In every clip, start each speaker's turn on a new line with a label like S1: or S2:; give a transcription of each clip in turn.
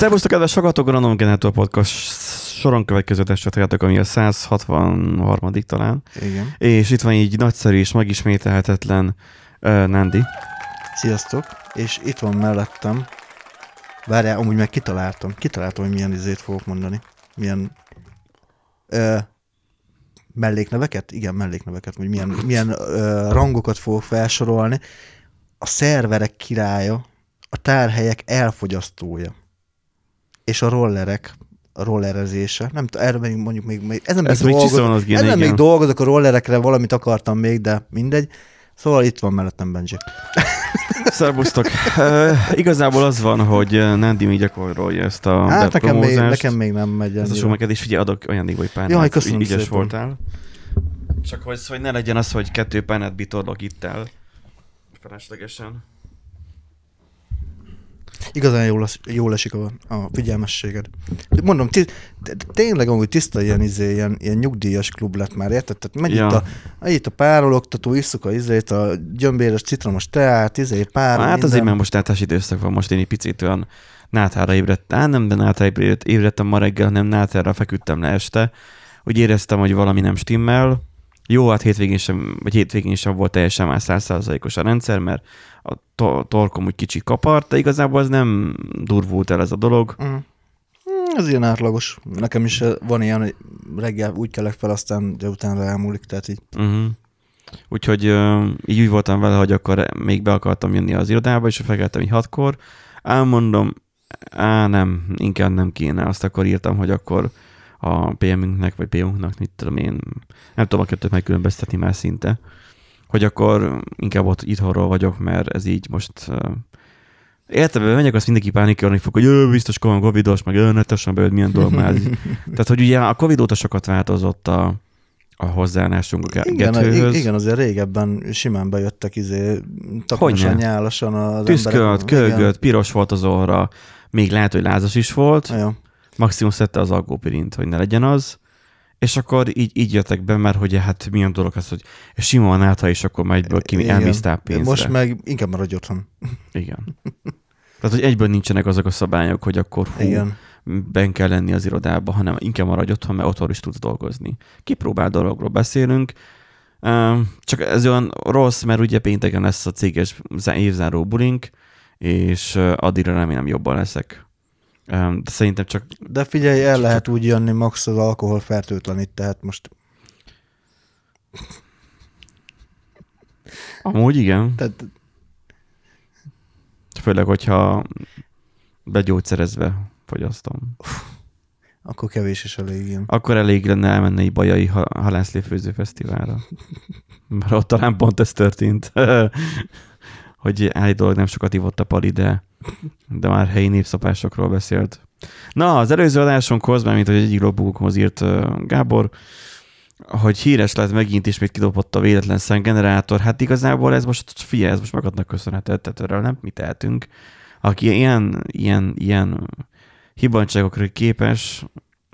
S1: Szervusztok, kedves hallgatók, a Random Generator Podcast soron következő testet, ami a 163. talán.
S2: Igen.
S1: És itt van így nagyszerű és megismételhetetlen Nandi.
S2: Sziasztok. És itt van mellettem. Várjál, amúgy meg kitaláltam, hogy milyen izét fogok mondani. Milyen mellékneveket? Igen, mellékneveket, vagy milyen rangokat fogok felsorolni. A szerverek királya, a tárhelyek elfogyasztója, és a rollerezése. Nem tudom, erre mondjuk még ezen még dolgozok, a rollerekre valamit akartam még, de mindegy. Szóval itt van mellettem Benji.
S1: Szervusztok. Igazából az van, hogy Nandi még gyakorolja ezt a
S2: nekem még nem megy.
S1: Ez a show neked is, figyelj, adok ajándékba egy párnát, ügyes voltál. Csak hogy ne legyen az, hogy 2 párnát bitorlok itt el. Feleslegesen.
S2: Igazán jól esik a figyelmességed. Mondom, tényleg amúgy tiszta ilyen nyugdíjas klub lett már, érted? Tehát megy itt a párologtató, isszuk a gyömbéres citromos teát, pár.
S1: Hát minden. Azért, mert most nátás időszak van, most én egy picit olyan nátára ébredtem. Nem, de nátára ébredtem ma reggel, hanem nátára feküdtem le este. Úgy éreztem, hogy valami nem stimmel. Jó, hát hétvégén sem volt teljesen már 100%-os a rendszer, mert a torkom úgy kicsit kapart, de igazából az nem durvult el ez a dolog.
S2: Ez ilyen átlagos. Nekem is van ilyen, hogy reggel úgy kelek fel, aztán de utána elmúlik, tehát így.
S1: Úgyhogy így úgy voltam vele, hogy akkor még be akartam jönni az irodába, és felkeltem így 6-kor. Mondom, nem, inkább nem kéne. Azt akkor írtam, hogy akkor a PM-ünknek, vagy PO-nknak, mit tudom én, nem tudom a kettőt megkülönböztetni már szinte, hogy akkor inkább ott itthonról vagyok, mert ez így most értelme megyek, azt mindenki pánikolni fog, hogy biztos covidos, meg nettesen belőle milyen dolog már. Tehát, hogy ugye a covid óta sokat változott a hozzáállásunk a getőhöz.
S2: Igen, azért régebben simán bejöttek takosan, nyálasan az
S1: tüszkölt, kölgött, piros volt az orra, még lehet, hogy lázas is volt.
S2: Ja.
S1: Maximum szedte az algópirint, hogy ne legyen az, és akkor így jöttek be, mert hogy hát milyen dolog az, hogy sima a nátha, és akkor már egyből elmésztál pénzre.
S2: Most meg inkább maradj otthon.
S1: Igen. Tehát, hogy egyből nincsenek azok a szabályok, hogy akkor benn kell lenni az irodába, hanem inkább maradj otthon, mert otthon is tudsz dolgozni. Kipróbált dologról beszélünk, csak ez olyan rossz, mert ugye pénteken lesz a céges évzáró bulink, és addigra remélem jobban leszek. De szerintem csak...
S2: De figyelj, el lehet úgy jönni, max az alkohol fertőtlenít, tehát most...
S1: Amúgy igen.
S2: Tehát...
S1: Főleg, hogyha begyógyszerezve fogyasztom.
S2: Akkor kevés is elég, igen.
S1: Akkor elég lenne elmenni egy bajai halászléfőző fesztiválra. Mert ott talán pont ez történt. Hogy állítólag nem sokat ivott a Pali, de már helyi népszapásokról beszélt. Na, az előző adásunkhoz, mármint hogy egyik logbunkhoz írt Gábor, hogy híres lett megint ismét kidobott a véletlen szemgenerátor. Hát igazából ez most, figyelj, ez most magadnak köszönhetett, tehát erről nem mi tehetünk. Aki ilyen hibancságokra képes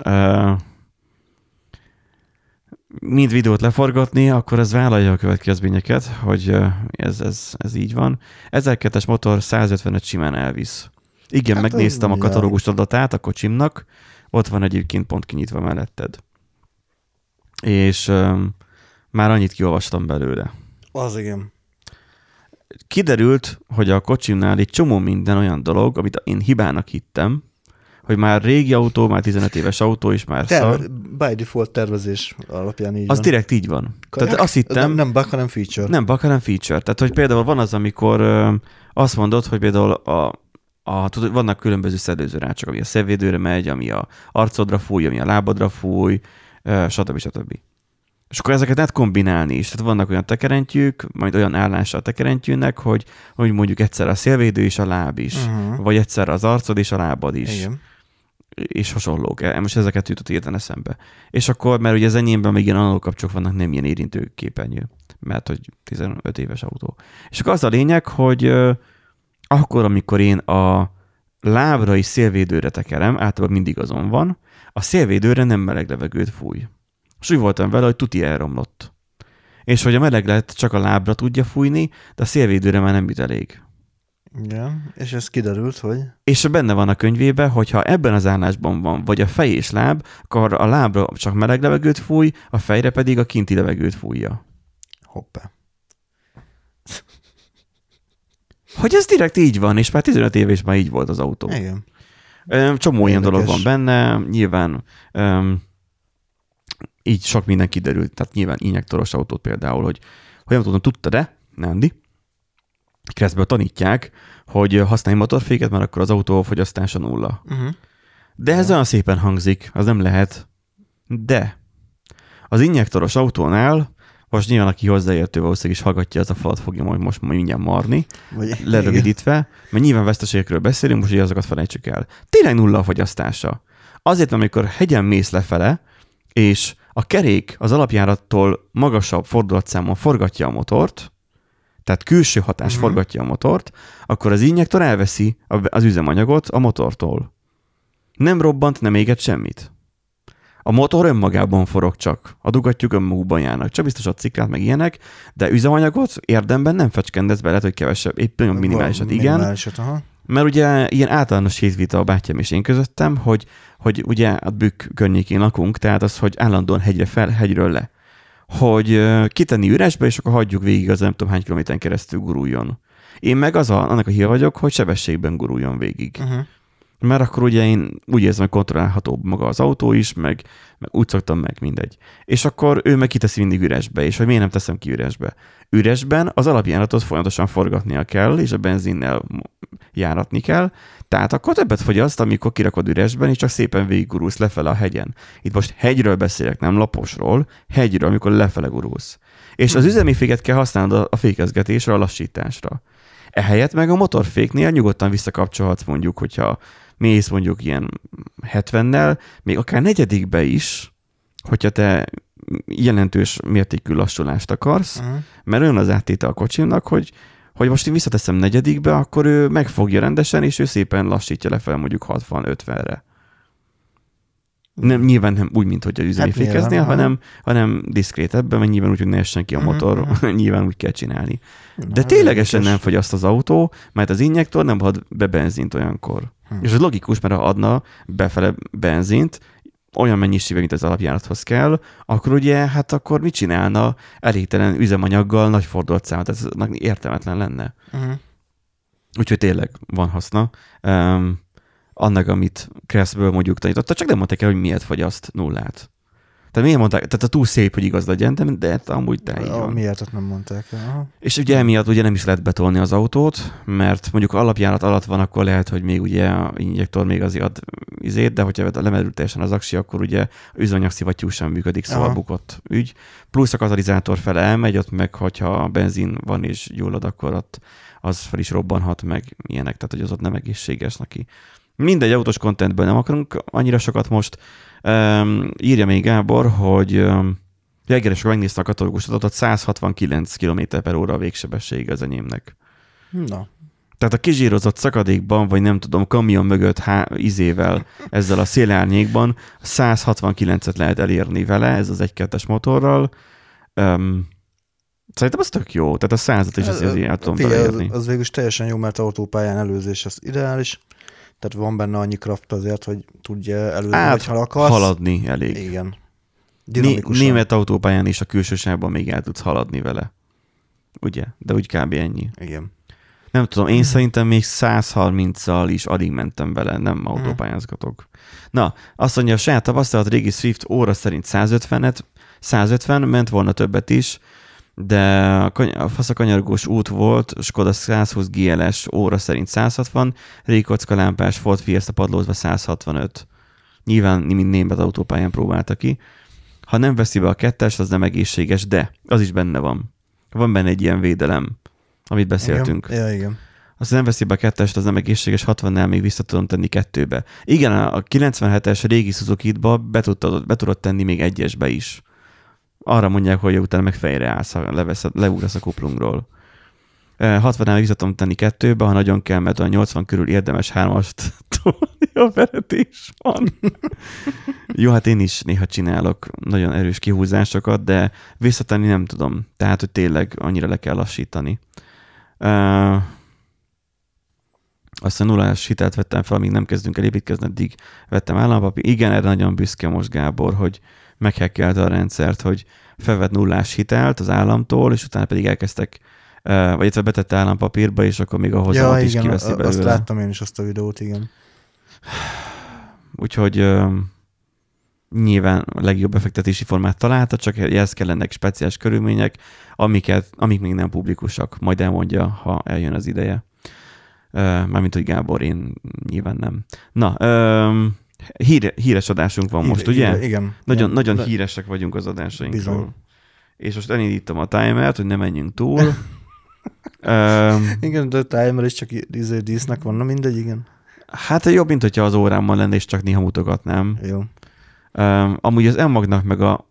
S1: mind videót leforgatni, akkor ez vállalja a következményeket, hogy ez így van. 1002-es motor 155 simán elvisz. Igen, hát megnéztem a katalógus adatát a kocsimnak, ott van egyébként pont kinyitva melletted. És már annyit kiolvastam belőle.
S2: Az igen.
S1: Kiderült, hogy a kocsimnál egy csomó minden olyan dolog, amit én hibának hittem, hogy már régi autó, már 15 éves autó, és már szar.
S2: By default tervezés alapján így
S1: az
S2: van.
S1: direkt így van. Tehát azt hittem...
S2: Nem bug, hanem feature.
S1: Nem bug, hanem feature. Tehát, hogy például van az, amikor azt mondod, hogy például tudod, vannak különböző szedőző rácsok, ami a szemvédőre megy, ami a arcodra fúj, ami a lábadra fúj, stb. És akkor ezeket lehet kombinálni is. Tehát vannak olyan tekerentyűk, majd olyan állása a tekerentyűnek, hogy mondjuk egyszer a szélvédő és a láb is. Vagy egyszer az arcod és a lábad is.
S2: Igen.
S1: És hasonlók. Most ezeket jutott érten eszembe. És akkor, mert ugye az enyémben még ilyen analóg kapcsok vannak, nem ilyen érintő képernyő, mert hogy 15 éves autó. És akkor az a lényeg, hogy akkor, amikor én a lábra és szélvédőre tekerem, általában mindig azon van, a szélvédőre nem meleg levegőt fúj. És úgy voltam vele, hogy tuti elromlott. És hogy a meleg lett csak a lábra tudja fújni, de a szélvédőre már nem jut elég.
S2: Igen, és ez kiderült, hogy...
S1: És benne van a könyvében, hogy ha ebben az állásban van, vagy a fej és láb, akkor a lábra csak meleg levegőt fúj, a fejre pedig a kinti levegőt fújja.
S2: Hoppá.
S1: Hogy ez direkt így van, és már 15 éve is már így volt az autó.
S2: Igen.
S1: Csomó ilyen dolog
S2: Érdekes.
S1: van benne, nyilván így sok minden kiderült, tehát nyilván injektoros autót például, hogy nem tudom, tudtad-e, Nándi? Keresztből tanítják, hogy használj motorféket, mert akkor az autó fogyasztása nulla.
S2: Uh-huh.
S1: De ez olyan szépen hangzik, az nem lehet. De az injektoros autónál, most nyilván aki hozzáértő valószínűleg is hallgatja, az a falat fogja majd most mindjárt marni,
S2: Vagy,
S1: lerövidítve, mert nyilván veszteségekről beszélünk, most így azokat felejtsük el. Tényleg nulla a fogyasztása. Azért, amikor hegyen mész lefele, és a kerék az alapjárattól magasabb fordulatszámon forgatja a motort, tehát külső hatás forgatja a motort, akkor az injektor elveszi az üzemanyagot a motortól. Nem robbant, nem égett semmit. A motor önmagában forog csak. A dugattyúk önmagukban járnak. Csak biztos a ciklát, meg ilyenek, de üzemanyagot érdemben nem fecskendez bele, hogy kevesebb, épp nagyon minimálisat, igen.
S2: Minimálisat, aha.
S1: Mert ugye ilyen általános hétvita a bátyám és én közöttem, hogy ugye a Bükk környékén lakunk, tehát az, hogy állandóan hegyre fel, hegyről le. Hogy kitenni üresbe, és akkor hagyjuk végig az nem tudom hány kilométeren keresztül guruljon. Én meg annak a hír vagyok, hogy sebességben guruljon végig.
S2: Uh-huh.
S1: Mert akkor ugye én úgy érzem, hogy kontrollálhatóbb maga az autó is, meg úgy szoktam meg, mindegy. És akkor ő meg kiteszi mindig üresbe, és hogy miért nem teszem ki üresbe. Üresben az alapjáratot folyamatosan forgatnia kell, és a benzinnel járatni kell, tehát akkor többet fogyaszt, amikor kirakod üresben, és csak szépen végiggurulsz lefele a hegyen. Itt most hegyről beszélek, nem laposról, hegyről, amikor lefele gurulsz. És az üzemi féket kell használnod a fékezgetésre, a lassításra. Ehelyett meg a motorféknél nyugodtan visszakapcsolhatsz mondjuk, hogyha mész mondjuk ilyen 70-nel, még akár negyedikbe is, hogyha te jelentős mértékű lassulást akarsz, mert olyan az áttéte a kocsimnak, hogy most én visszateszem negyedikbe, akkor ő megfogja rendesen, és ő szépen lassítja lefelé mondjuk 60-50-re. Nem, nyilván nem úgy, mint hogy az üzemi fékeznél, hanem diszkrétebben, mert nyilván úgy, hogy ne essen ki a motor, nyilván úgy kell csinálni. De ténylegesen nem fogyaszt az autó, mert az injektor nem ad be benzint olyankor. És ez logikus, mert ha adna befele benzint, olyan mennyiségben, mint az alapjárathoz kell, akkor ugye, hát akkor mit csinálna elégtelen üzemanyaggal nagy fordulatszámot? Ez értelmetlen lenne. Úgyhogy tényleg van haszna. Annak, amit Kressből mondjuk tanította, csak nem mondták el, hogy miért fogyaszt nullát. Tehát miért mondták? Tehát a túl szép, hogy igaz legyen, de amúgy te így van.
S2: Miért nem mondták el. Aha.
S1: És ugye emiatt ugye nem is lehet betolni az autót, mert mondjuk alapjárat alatt van, akkor lehet, hogy még ugye a injektor még azért ad izét, de hogyha lemerül teljesen az aksi, akkor ugye üzemanyag-szivattyú sem működik, szóval bukott ügy. Plusz a katalizátor fele elmegy, ott meg, hogyha benzin van és gyullad, akkor ott az fel is robbanhat meg ilyenek, tehát hogy az ott nem egészséges neki. Mindegy, autós contentből nem akarunk annyira sokat most. Írja még Gábor, hogy reggelesre megnézte a katalógus adatot, 169 km/h a végsebesség az enyémnek.
S2: Na.
S1: Tehát a kizsírozott szakadékban, vagy nem tudom, kamion mögött izével, ezzel a szélárnyékban 169-et lehet elérni vele, ez az 1.2-es motorral. Szerintem az tök jó, tehát a 100-at is azért el tudom elérni.
S2: Az végül is teljesen jó, mert autópályán előzés az ideális. Tehát van benne annyi kraft azért, hogy tudja előzni, hogyha akarsz.
S1: Haladni elég.
S2: Igen. Dinamikusan.
S1: Német autópályán is a külsősávban még el tudsz haladni vele. Ugye? De úgy kb. Ennyi.
S2: Igen.
S1: Nem tudom, én szerintem még 130-al is alig mentem vele, nem autópályázgatok. Na, azt mondja, a saját tapasztalat régi Swift óra szerint 150, ment volna többet is, de a faszakanyargós út volt, Skoda 120 GLS óra szerint 160, régi kockalámpás Ford Fiesta padlózva 165. Nyilván mind német autópályán próbálta ki. Ha nem veszi be a kettes, az nem egészséges, de az is benne van. Van benne egy ilyen védelem, amit beszéltünk.
S2: Igen.
S1: Azt nem veszi be a kettest, az nem egészséges, 60-nál még vissza tudom tenni 2-be. Igen, a 97-es régi Suzuki-ba be tudod tenni még 1-esbe is. Arra mondják, hogy utána meg fejre állsz, leugrasz a kuplungról. 60-nál vissza tudom tenni 2-be, ha nagyon kell, mert a 80 körül érdemes 3-ast tolni, a veretés van. Jó, hát én is néha csinálok nagyon erős kihúzásokat, de visszatenni nem tudom. Tehát, hogy tényleg annyira le kell lassítani. Aztán nullás hitelt vettem fel, amíg nem kezdünk el építkezni, addig vettem állampapír. Igen, erre nagyon büszke most Gábor, hogy meghekkelte a rendszert, hogy felvett nullás hitelt az államtól, és utána pedig elkezdtek, vagy betette állampapírba, és akkor még a hozamot is kiveszi belőle.
S2: Azt láttam én is, azt a videót, igen.
S1: Úgyhogy nyilván a legjobb befektetési formát találta, csak ehhez kellenek speciális körülmények, amik még nem publikusak. Majd elmondja, ha eljön az ideje. Mármint, hogy Gábor, én nyilván nem. Na, híres adásunk van most, ugye?
S2: Igen.
S1: Nagyon híresek vagyunk az adásainkról.
S2: Bizony.
S1: És most elindítom a timert, hogy ne menjünk túl.
S2: Igen, de a timer is csak dísznek van, na mindegy, igen.
S1: Hát jobb, mint hogyha az órámmal lenne, és csak néha mutogatnám.
S2: Jó.
S1: Amúgy az Enmagnak meg a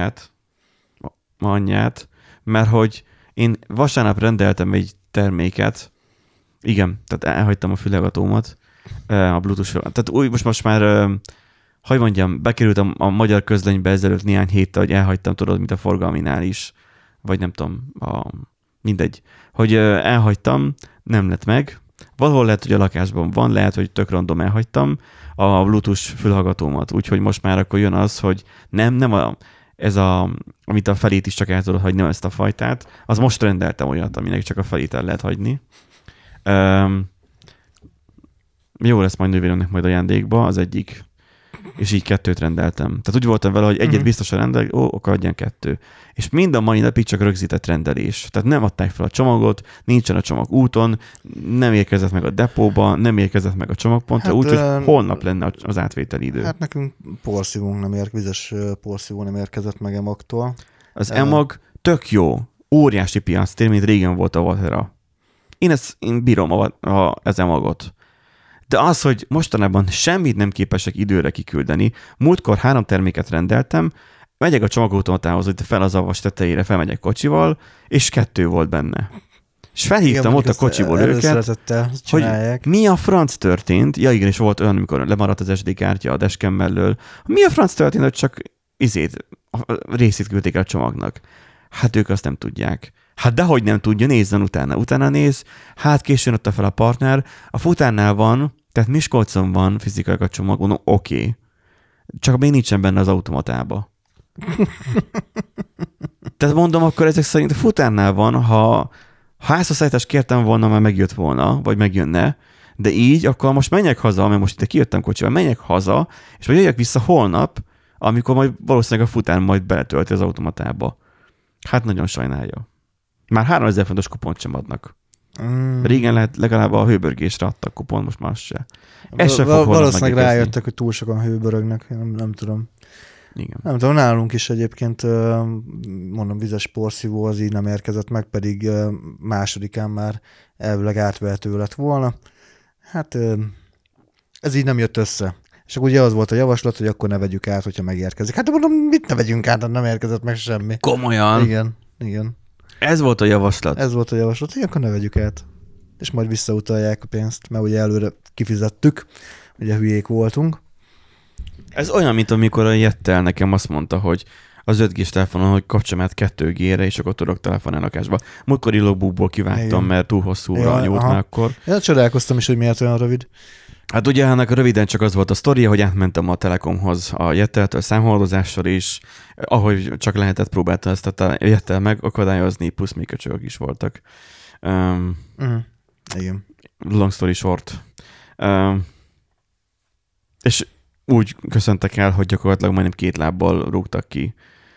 S1: anyját, mert hogy én vasárnap rendeltem egy terméket, igen, tehát elhagytam a fülhallgatómat, a Bluetooth, tehát most már, hogy mondjam, bekerültem a magyar közlönybe ezelőtt néhány héttel, hogy elhagytam, tudod, mint a forgalminál is, vagy nem tudom, mindegy, hogy elhagytam, nem lett meg, valahol lehet, hogy a lakásban van, lehet, hogy tök random elhagytam a Bluetooth fülhallgatómat, úgyhogy most már akkor jön az, hogy amit a felét is csak el tudod hagyni, ezt a fajtát, az most rendeltem olyat, aminek csak a felét el lehet hagyni. Jó lesz majd nővéremnek majd ajándékba, az egyik, és így 2 rendeltem. Tehát úgy voltam vele, hogy egyet biztosan rendel, akkor adjan 2. És mind a mai napig csak rögzített rendelés. Tehát nem adták fel a csomagot, nincsen a csomag úton, nem érkezett meg a depóba, nem érkezett meg a csomagpontra, úgyhogy holnap lenne az átvételi idő.
S2: Hát nekünk vizes porszívó nem érkezett meg Emagtól.
S1: Az Emag tök jó, óriási piac tér, mint régen volt a Vatera. Én bírom az Emagot. De az, hogy mostanában semmit nem képesek időre kiküldeni, múltkor 3 terméket rendeltem, megyek a csomagautomatához, hogy fel az avas tetejére felmegyek kocsival, és 2 volt benne. És felhívtam ott a kocsiból őket, hogy mi a franc történt. Ja igen, és volt olyan, amikor lemaradt az SD kártya a dashcam mellől. Mi a franc történt, hogy csak a részét küldték el a csomagnak. Hát ők azt nem tudják. Hát dehogy nem tudja, nézzen utána. Utána néz, hát későn adta fel a partner, a futárnál van, tehát Miskolcon van fizikai a csomag, mondom, oké. Csak még nincsen benne az automatába. Tehát mondom, akkor ezek szerint a futárnál van, ha házhozszállítást kértem volna, már megjött volna, vagy megjönne, de így, akkor most menjek haza, mert most itt kijöttem kocsival, menjek haza, és majd jöjjek vissza holnap, amikor majd valószínűleg a futár majd beletölti az automatába. Hát nagyon sajnálja. Már 3000 fontos kupont sem adnak. Régen lehet legalább a hőbörgésre adtak kupont, most már se. Ez se fog
S2: valószínűleg rájöttek, hogy túl sokan hőbörögnek, nem tudom.
S1: Igen.
S2: Nem tudom, nálunk is egyébként, mondom, vizes porszívó az így nem érkezett meg, pedig másodikán már elvileg átvehető lett volna. Hát ez így nem jött össze. És akkor ugye az volt a javaslat, hogy akkor ne vegyük át, hogyha megérkezik. Hát mondom, mit ne vegyünk át, nem érkezett meg semmi.
S1: Komolyan?
S2: Igen.
S1: Ez volt a javaslat?
S2: Ez volt a javaslat, hogy akkor ne vegyük át. És majd visszautalják a pénzt, mert ugye előre kifizettük, ugye hülyék voltunk.
S1: Ez olyan, mint amikor a Jettel nekem azt mondta, hogy az 5G-s telefonon, hogy kapcsolom át 2G-re, és akkor tudok telefonálni lakásba. Múltkor logbookból kivágtam, mert túl hosszúra nyújt már akkor.
S2: Én csodálkoztam is, hogy miért olyan rövid.
S1: Hát ugye ennek röviden csak az volt a sztoria, hogy átmentem a Telekomhoz a Jetteltől számoldozással, és ahogy csak lehetett, próbálta ezt a Jettel megakadályozni, plusz még köcsögök is voltak.
S2: Igen.
S1: Long story short. És úgy köszöntek el, hogy gyakorlatilag majdnem 2 lábbal rúgtak ki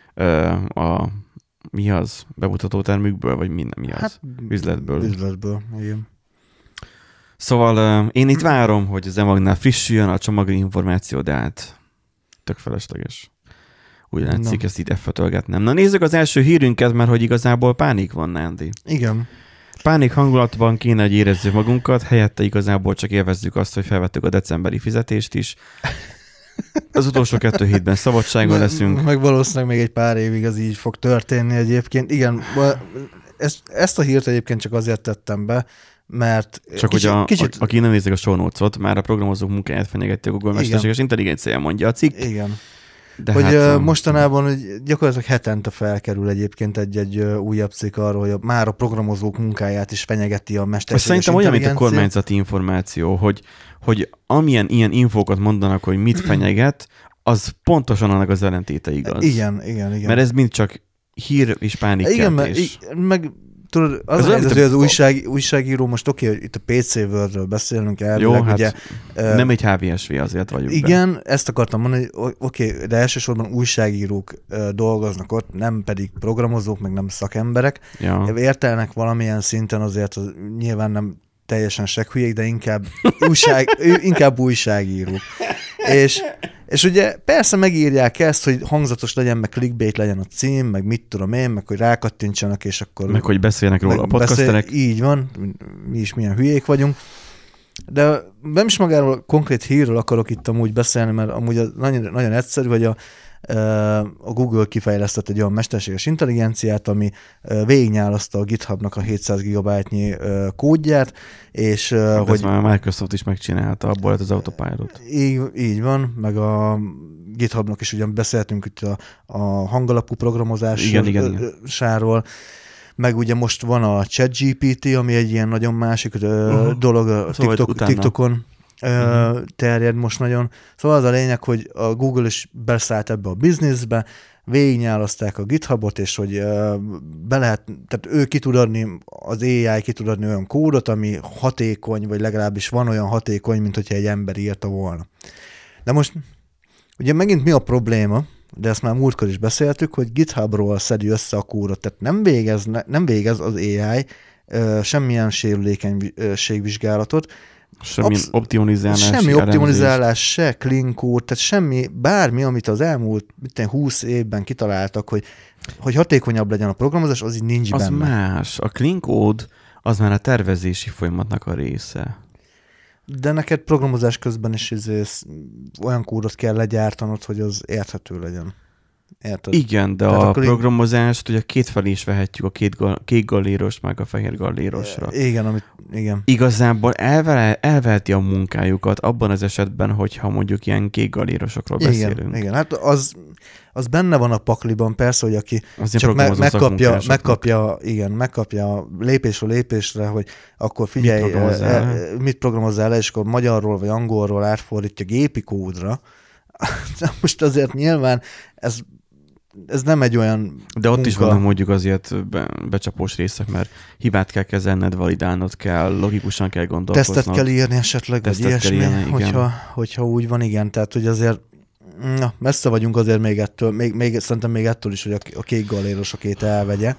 S1: mi az? Bemutatótermükből, vagy mi az?
S2: Hát,
S1: üzletből.
S2: Üzletből, igen.
S1: Szóval én itt várom, hogy az Emagnál frissüljön a csomagi információ, de hát tök felesleges. Úgy látszik, ezt így elfötölgetnem. Na nézzük az első hírünket, mert hogy igazából pánik van, Nándi.
S2: Igen.
S1: Pánik hangulatban kéne, hogy érezzük magunkat, helyette igazából csak élvezzük azt, hogy felvettük a decemberi fizetést is. Az utolsó 2 hétben szabadságon leszünk.
S2: Meg valószínűleg még egy pár évig ez így fog történni egyébként. Igen, ezt a hírt egyébként csak azért tettem be, mert
S1: csak kicsit... aki nem nézik a show notes-ot, már a programozók munkáját fenyegeti a Google mesterséges intelligenciája, mondja a cikk.
S2: Igen.
S1: De
S2: hogy
S1: hát,
S2: mostanában hogy gyakorlatilag hetente felkerül egyébként egy újabb cikk arról, hogy már a programozók munkáját is fenyegeti a mesterséges
S1: szerintem olyan, mint a
S2: intelligencia.
S1: kormányzati információ, hogy amilyen ilyen infókat mondanak, hogy mit fenyeget, az pontosan annak az ellentéte igaz.
S2: Igen.
S1: Mert ez mind csak hír és pánikkeltés.
S2: Igen, meg tudod, az hogy az újságíró, most oké, hogy itt a PC Worldről beszélünk elvileg,
S1: jó, hát
S2: ugye.
S1: Nem egy HVSV azért vagyunk.
S2: Igen, ezt akartam mondani, hogy oké, de elsősorban újságírók dolgoznak ott, nem pedig programozók, meg nem szakemberek.
S1: Ja.
S2: Értelnek valamilyen szinten azért, nyilván nem teljesen seghülyék, de inkább újságírók. És ugye persze megírják ezt, hogy hangzatos legyen, meg clickbait legyen a cím, meg mit tudom én, meg hogy rákattintsanak, és akkor...
S1: Meg hogy beszélnek róla a podcasterek.
S2: Így van, mi is milyen hülyék vagyunk. De nem is magáról konkrét hírről akarok itt amúgy beszélni, mert amúgy nagyon, nagyon egyszerű, hogy a Google kifejlesztett egy olyan mesterséges intelligenciát, ami végignyálaszta a GitHubnak a 700 GB-nyi kódját, és
S1: hogy... Ezt már a Microsoft is megcsinálta, abból lett az Autopilot.
S2: Így van, meg a GitHubnak is ugyan beszéltünk itt a hangalapú programozásáról, meg ugye most van a ChatGPT, ami egy ilyen nagyon másik dolog a TikTokon terjed most nagyon. Szóval az a lényeg, hogy a Google is beszállt ebbe a bizniszbe, végignyálaszták a GitHubot, és hogy be lehet, tehát ő ki tud adni, az AI ki tud adni olyan kódot, ami hatékony, vagy legalábbis van olyan hatékony, mint hogyha egy ember írta volna. De most ugye megint mi a probléma, de ezt már múltkor is beszéltük, hogy GitHubról szedi össze a kódot, tehát nem végez az AI semmilyen sérülékenységvizsgálatot,
S1: Semmi
S2: optimalizálás, se clean code, tehát semmi, bármi, amit az elmúlt 20 évben kitaláltak, hogy hatékonyabb legyen a programozás, az így nincs
S1: az
S2: benne.
S1: Az más. A clean code az már a tervezési folyamatnak a része.
S2: De neked programozás közben is olyan kódot kell legyártanod, hogy az érthető legyen. Érted?
S1: Igen, de a programozást ugye kétfelé is vehetjük, a kék galléros meg a fehér gallérosra.
S2: Igen.
S1: Igazából elveheti a munkájukat abban az esetben, hogyha mondjuk ilyen kék gallérosokról beszélünk.
S2: Igen, hát az benne van a pakliban, persze, hogy aki
S1: az
S2: csak megkapja lépésről lépésre, hogy akkor figyelj, mit programozzál le, és akkor magyarról vagy angolról átfordítja gépi kódra. Most azért nyilván ez nem egy olyan
S1: De ott is vannak mondjuk azért becsapós részek, mert hibát kell kezelned, validálnod kell, logikusan kell gondolkoznod.
S2: Tesztet kell írni esetleg, vagy ilyesmi, hogyha úgy van, igen. Tehát, hogy azért messze vagyunk azért még ettől, még szerintem még ettől is, hogy a kék gallérosokét elvegye.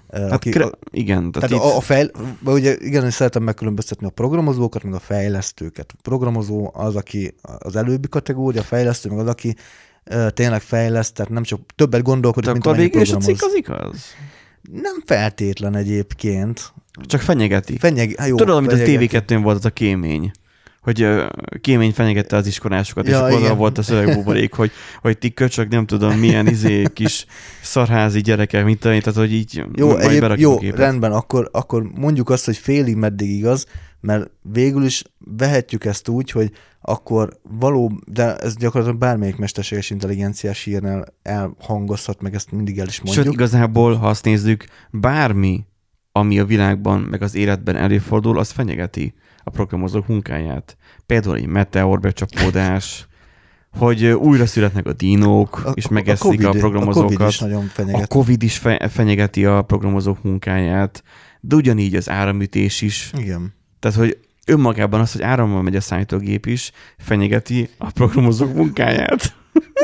S1: Igen.
S2: Ugye igen, szeretem megkülönböztetni a programozókat, meg a fejlesztőket. A programozó az, aki az előbbi kategória, a fejlesztő meg az, aki tényleg fejleszt, tehát nem csak többet gondolkodik, mint amennyi programoz.
S1: És a cikk az igaz?
S2: Nem feltétlen egyébként.
S1: Csak fenyegeti.
S2: Jó,
S1: tudod, amit a TV2-n volt az a kémény, hogy kémény fenyegette az iskolásokat, és akkor volt a szövegbuborék, hogy ti köcsök, nem tudom, milyen kis szarházi gyerekek, mint tehát, hogy így
S2: jó, rendben, akkor mondjuk azt, hogy félig meddig igaz, mert végül is vehetjük ezt úgy, hogy akkor de ez gyakorlatilag bármelyik mesterséges intelligenciás hírnál elhangozhat, meg ezt mindig el is mondjuk.
S1: Sőt, igazából, ha azt nézzük, bármi, ami a világban, meg az életben előfordul, az fenyegeti a programozók munkáját. Például egy meteorbecsapódás, hogy újra születnek a dinók, és megeszik a programozókat.
S2: A Covid is nagyon fenyegeti.
S1: A Covid is fenyegeti a programozók munkáját, de ugyanígy az áramütés is.
S2: Igen.
S1: Tehát, hogy önmagában az, hogy árammal megy a számítógép is, fenyegeti a programozók munkáját.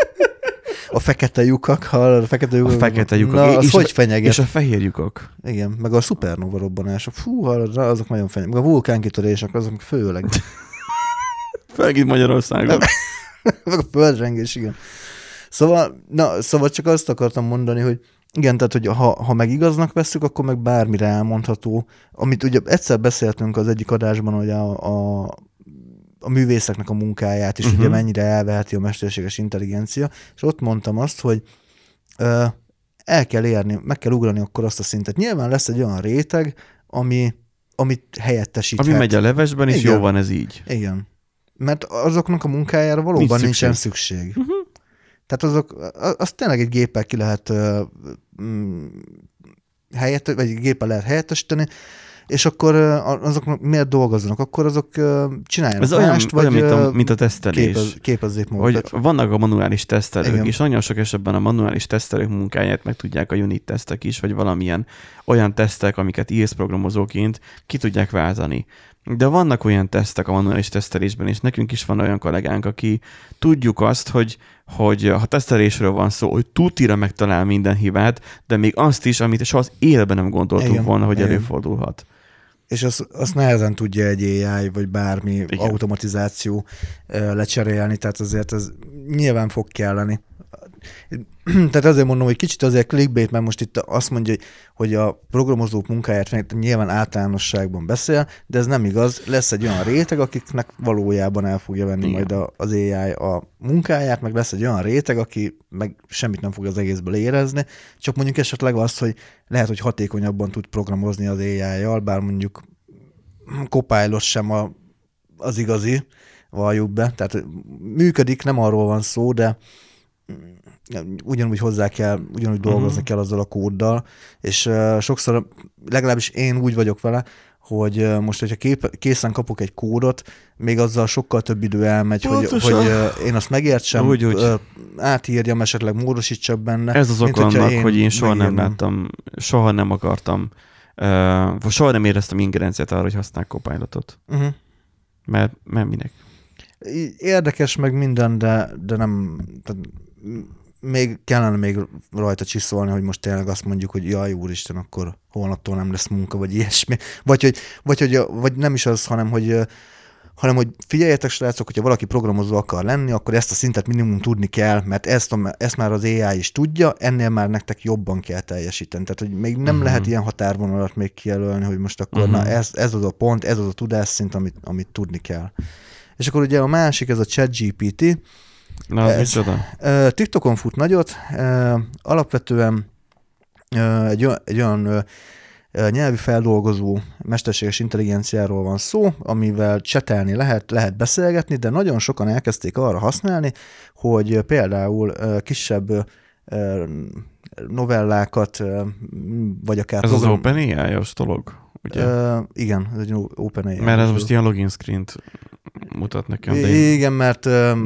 S2: A fekete lyukak, hallod? A fekete lyukak.
S1: Na,
S2: az hogy fenyeget?
S1: És a fehér lyukak.
S2: Igen, meg a szupernova robbanások. Fú, hallod, azok nagyon fenyeget. Meg a vulkánkitörések, azok főleg.
S1: Főleg itt Magyarországon.
S2: Meg a földrengés, igen. Szóval csak azt akartam mondani, hogy igen, tehát, hogy ha meg igaznak vesszük, akkor meg bármire elmondható. Amit ugye egyszer beszéltünk az egyik adásban, hogy a művészeknek a munkáját is ugye mennyire elveheti a mesterséges intelligencia, és ott mondtam azt, hogy el kell érni, meg kell ugrani akkor azt a szintet. Nyilván lesz egy olyan réteg, amit helyettesíthet.
S1: Ami megy a levesben, és
S2: igen.
S1: Jó van ez így.
S2: Igen. Mert azoknak a munkájára valóban nincsen szükség. Tehát azt tényleg egy géppel ki lehet vagy géppel lehet helyettesíteni, és akkor azok miért dolgoznak? Akkor azok csináljanak
S1: ez
S2: mást,
S1: olyan, mint a tesztelés.
S2: Képezzék magukat.
S1: Hogy vannak a manuális tesztelők,
S2: Igen.
S1: és nagyon sok esetben a manuális tesztelők munkáját meg tudják a unit tesztek is, vagy valamilyen olyan tesztek, amiket írsz programozóként, ki tudják váltani. De vannak olyan tesztek a manuális tesztelésben, és nekünk is van olyan kollégánk, aki tudjuk azt, hogy ha tesztelésről van szó, hogy tutira megtalál minden hibát, de még azt is, amit soha az életben nem gondoltunk volna, hogy előfordulhat.
S2: És azt nehezen tudja egy AI, vagy bármi automatizáció lecserélni, tehát azért ez nyilván fog kelleni. Tehát azért mondom, hogy kicsit azért clickbait, mert most itt azt mondja, hogy a programozók munkáját nyilván általánosságban beszél, de ez nem igaz. Lesz egy olyan réteg, akiknek valójában el fogja venni majd az AI a munkáját, meg lesz egy olyan réteg, aki meg semmit nem fog az egészből érezni, csak mondjuk esetleg azt, hogy lehet, hogy hatékonyabban tud programozni az AI-jal, bár mondjuk Copilot sem az igazi, valljuk be. Tehát működik, nem arról van szó, de ugyanúgy ugyanúgy dolgozni kell azzal a kóddal, és sokszor, legalábbis én úgy vagyok vele, hogy most, hogyha készen kapok egy kódot, még azzal sokkal több idő elmegy, hogy én azt megértsem, átírjam, esetleg módosítsak benne.
S1: Ez az ok annak, hogy én soha nem láttam, soha nem akartam, soha nem éreztem ingerenciát arra, hogy használják Copilotot. Mert minek?
S2: Érdekes meg minden, de nem... kellene még rajta csiszolni, hogy most tényleg azt mondjuk, hogy jaj, úristen, akkor holnaptól nem lesz munka, vagy ilyesmi. Vagy nem is az, hanem hogy figyeljetek, srácok, hogyha valaki programozó akar lenni, akkor ezt a szintet minimum tudni kell, mert ezt már az AI is tudja, ennél már nektek jobban kell teljesíteni. Tehát, hogy még nem lehet ilyen határvonalat még kijelölni, hogy most akkor na ez az a pont, ez az a tudásszint, amit tudni kell. És akkor ugye a másik, ez a ChatGPT.
S1: Na, az micsoda?
S2: TikTokon fut nagyot, alapvetően egy olyan nyelvi feldolgozó mesterséges intelligenciáról van szó, amivel csetelni lehet beszélgetni, de nagyon sokan elkezdték arra használni, hogy például kisebb novellákat, vagy akár...
S1: Ez az OpenAI-os dolog, ugye?
S2: Igen, ez egy OpenAI.
S1: Mert ez most ilyen login screen-t mutat nekem.
S2: Igen, mert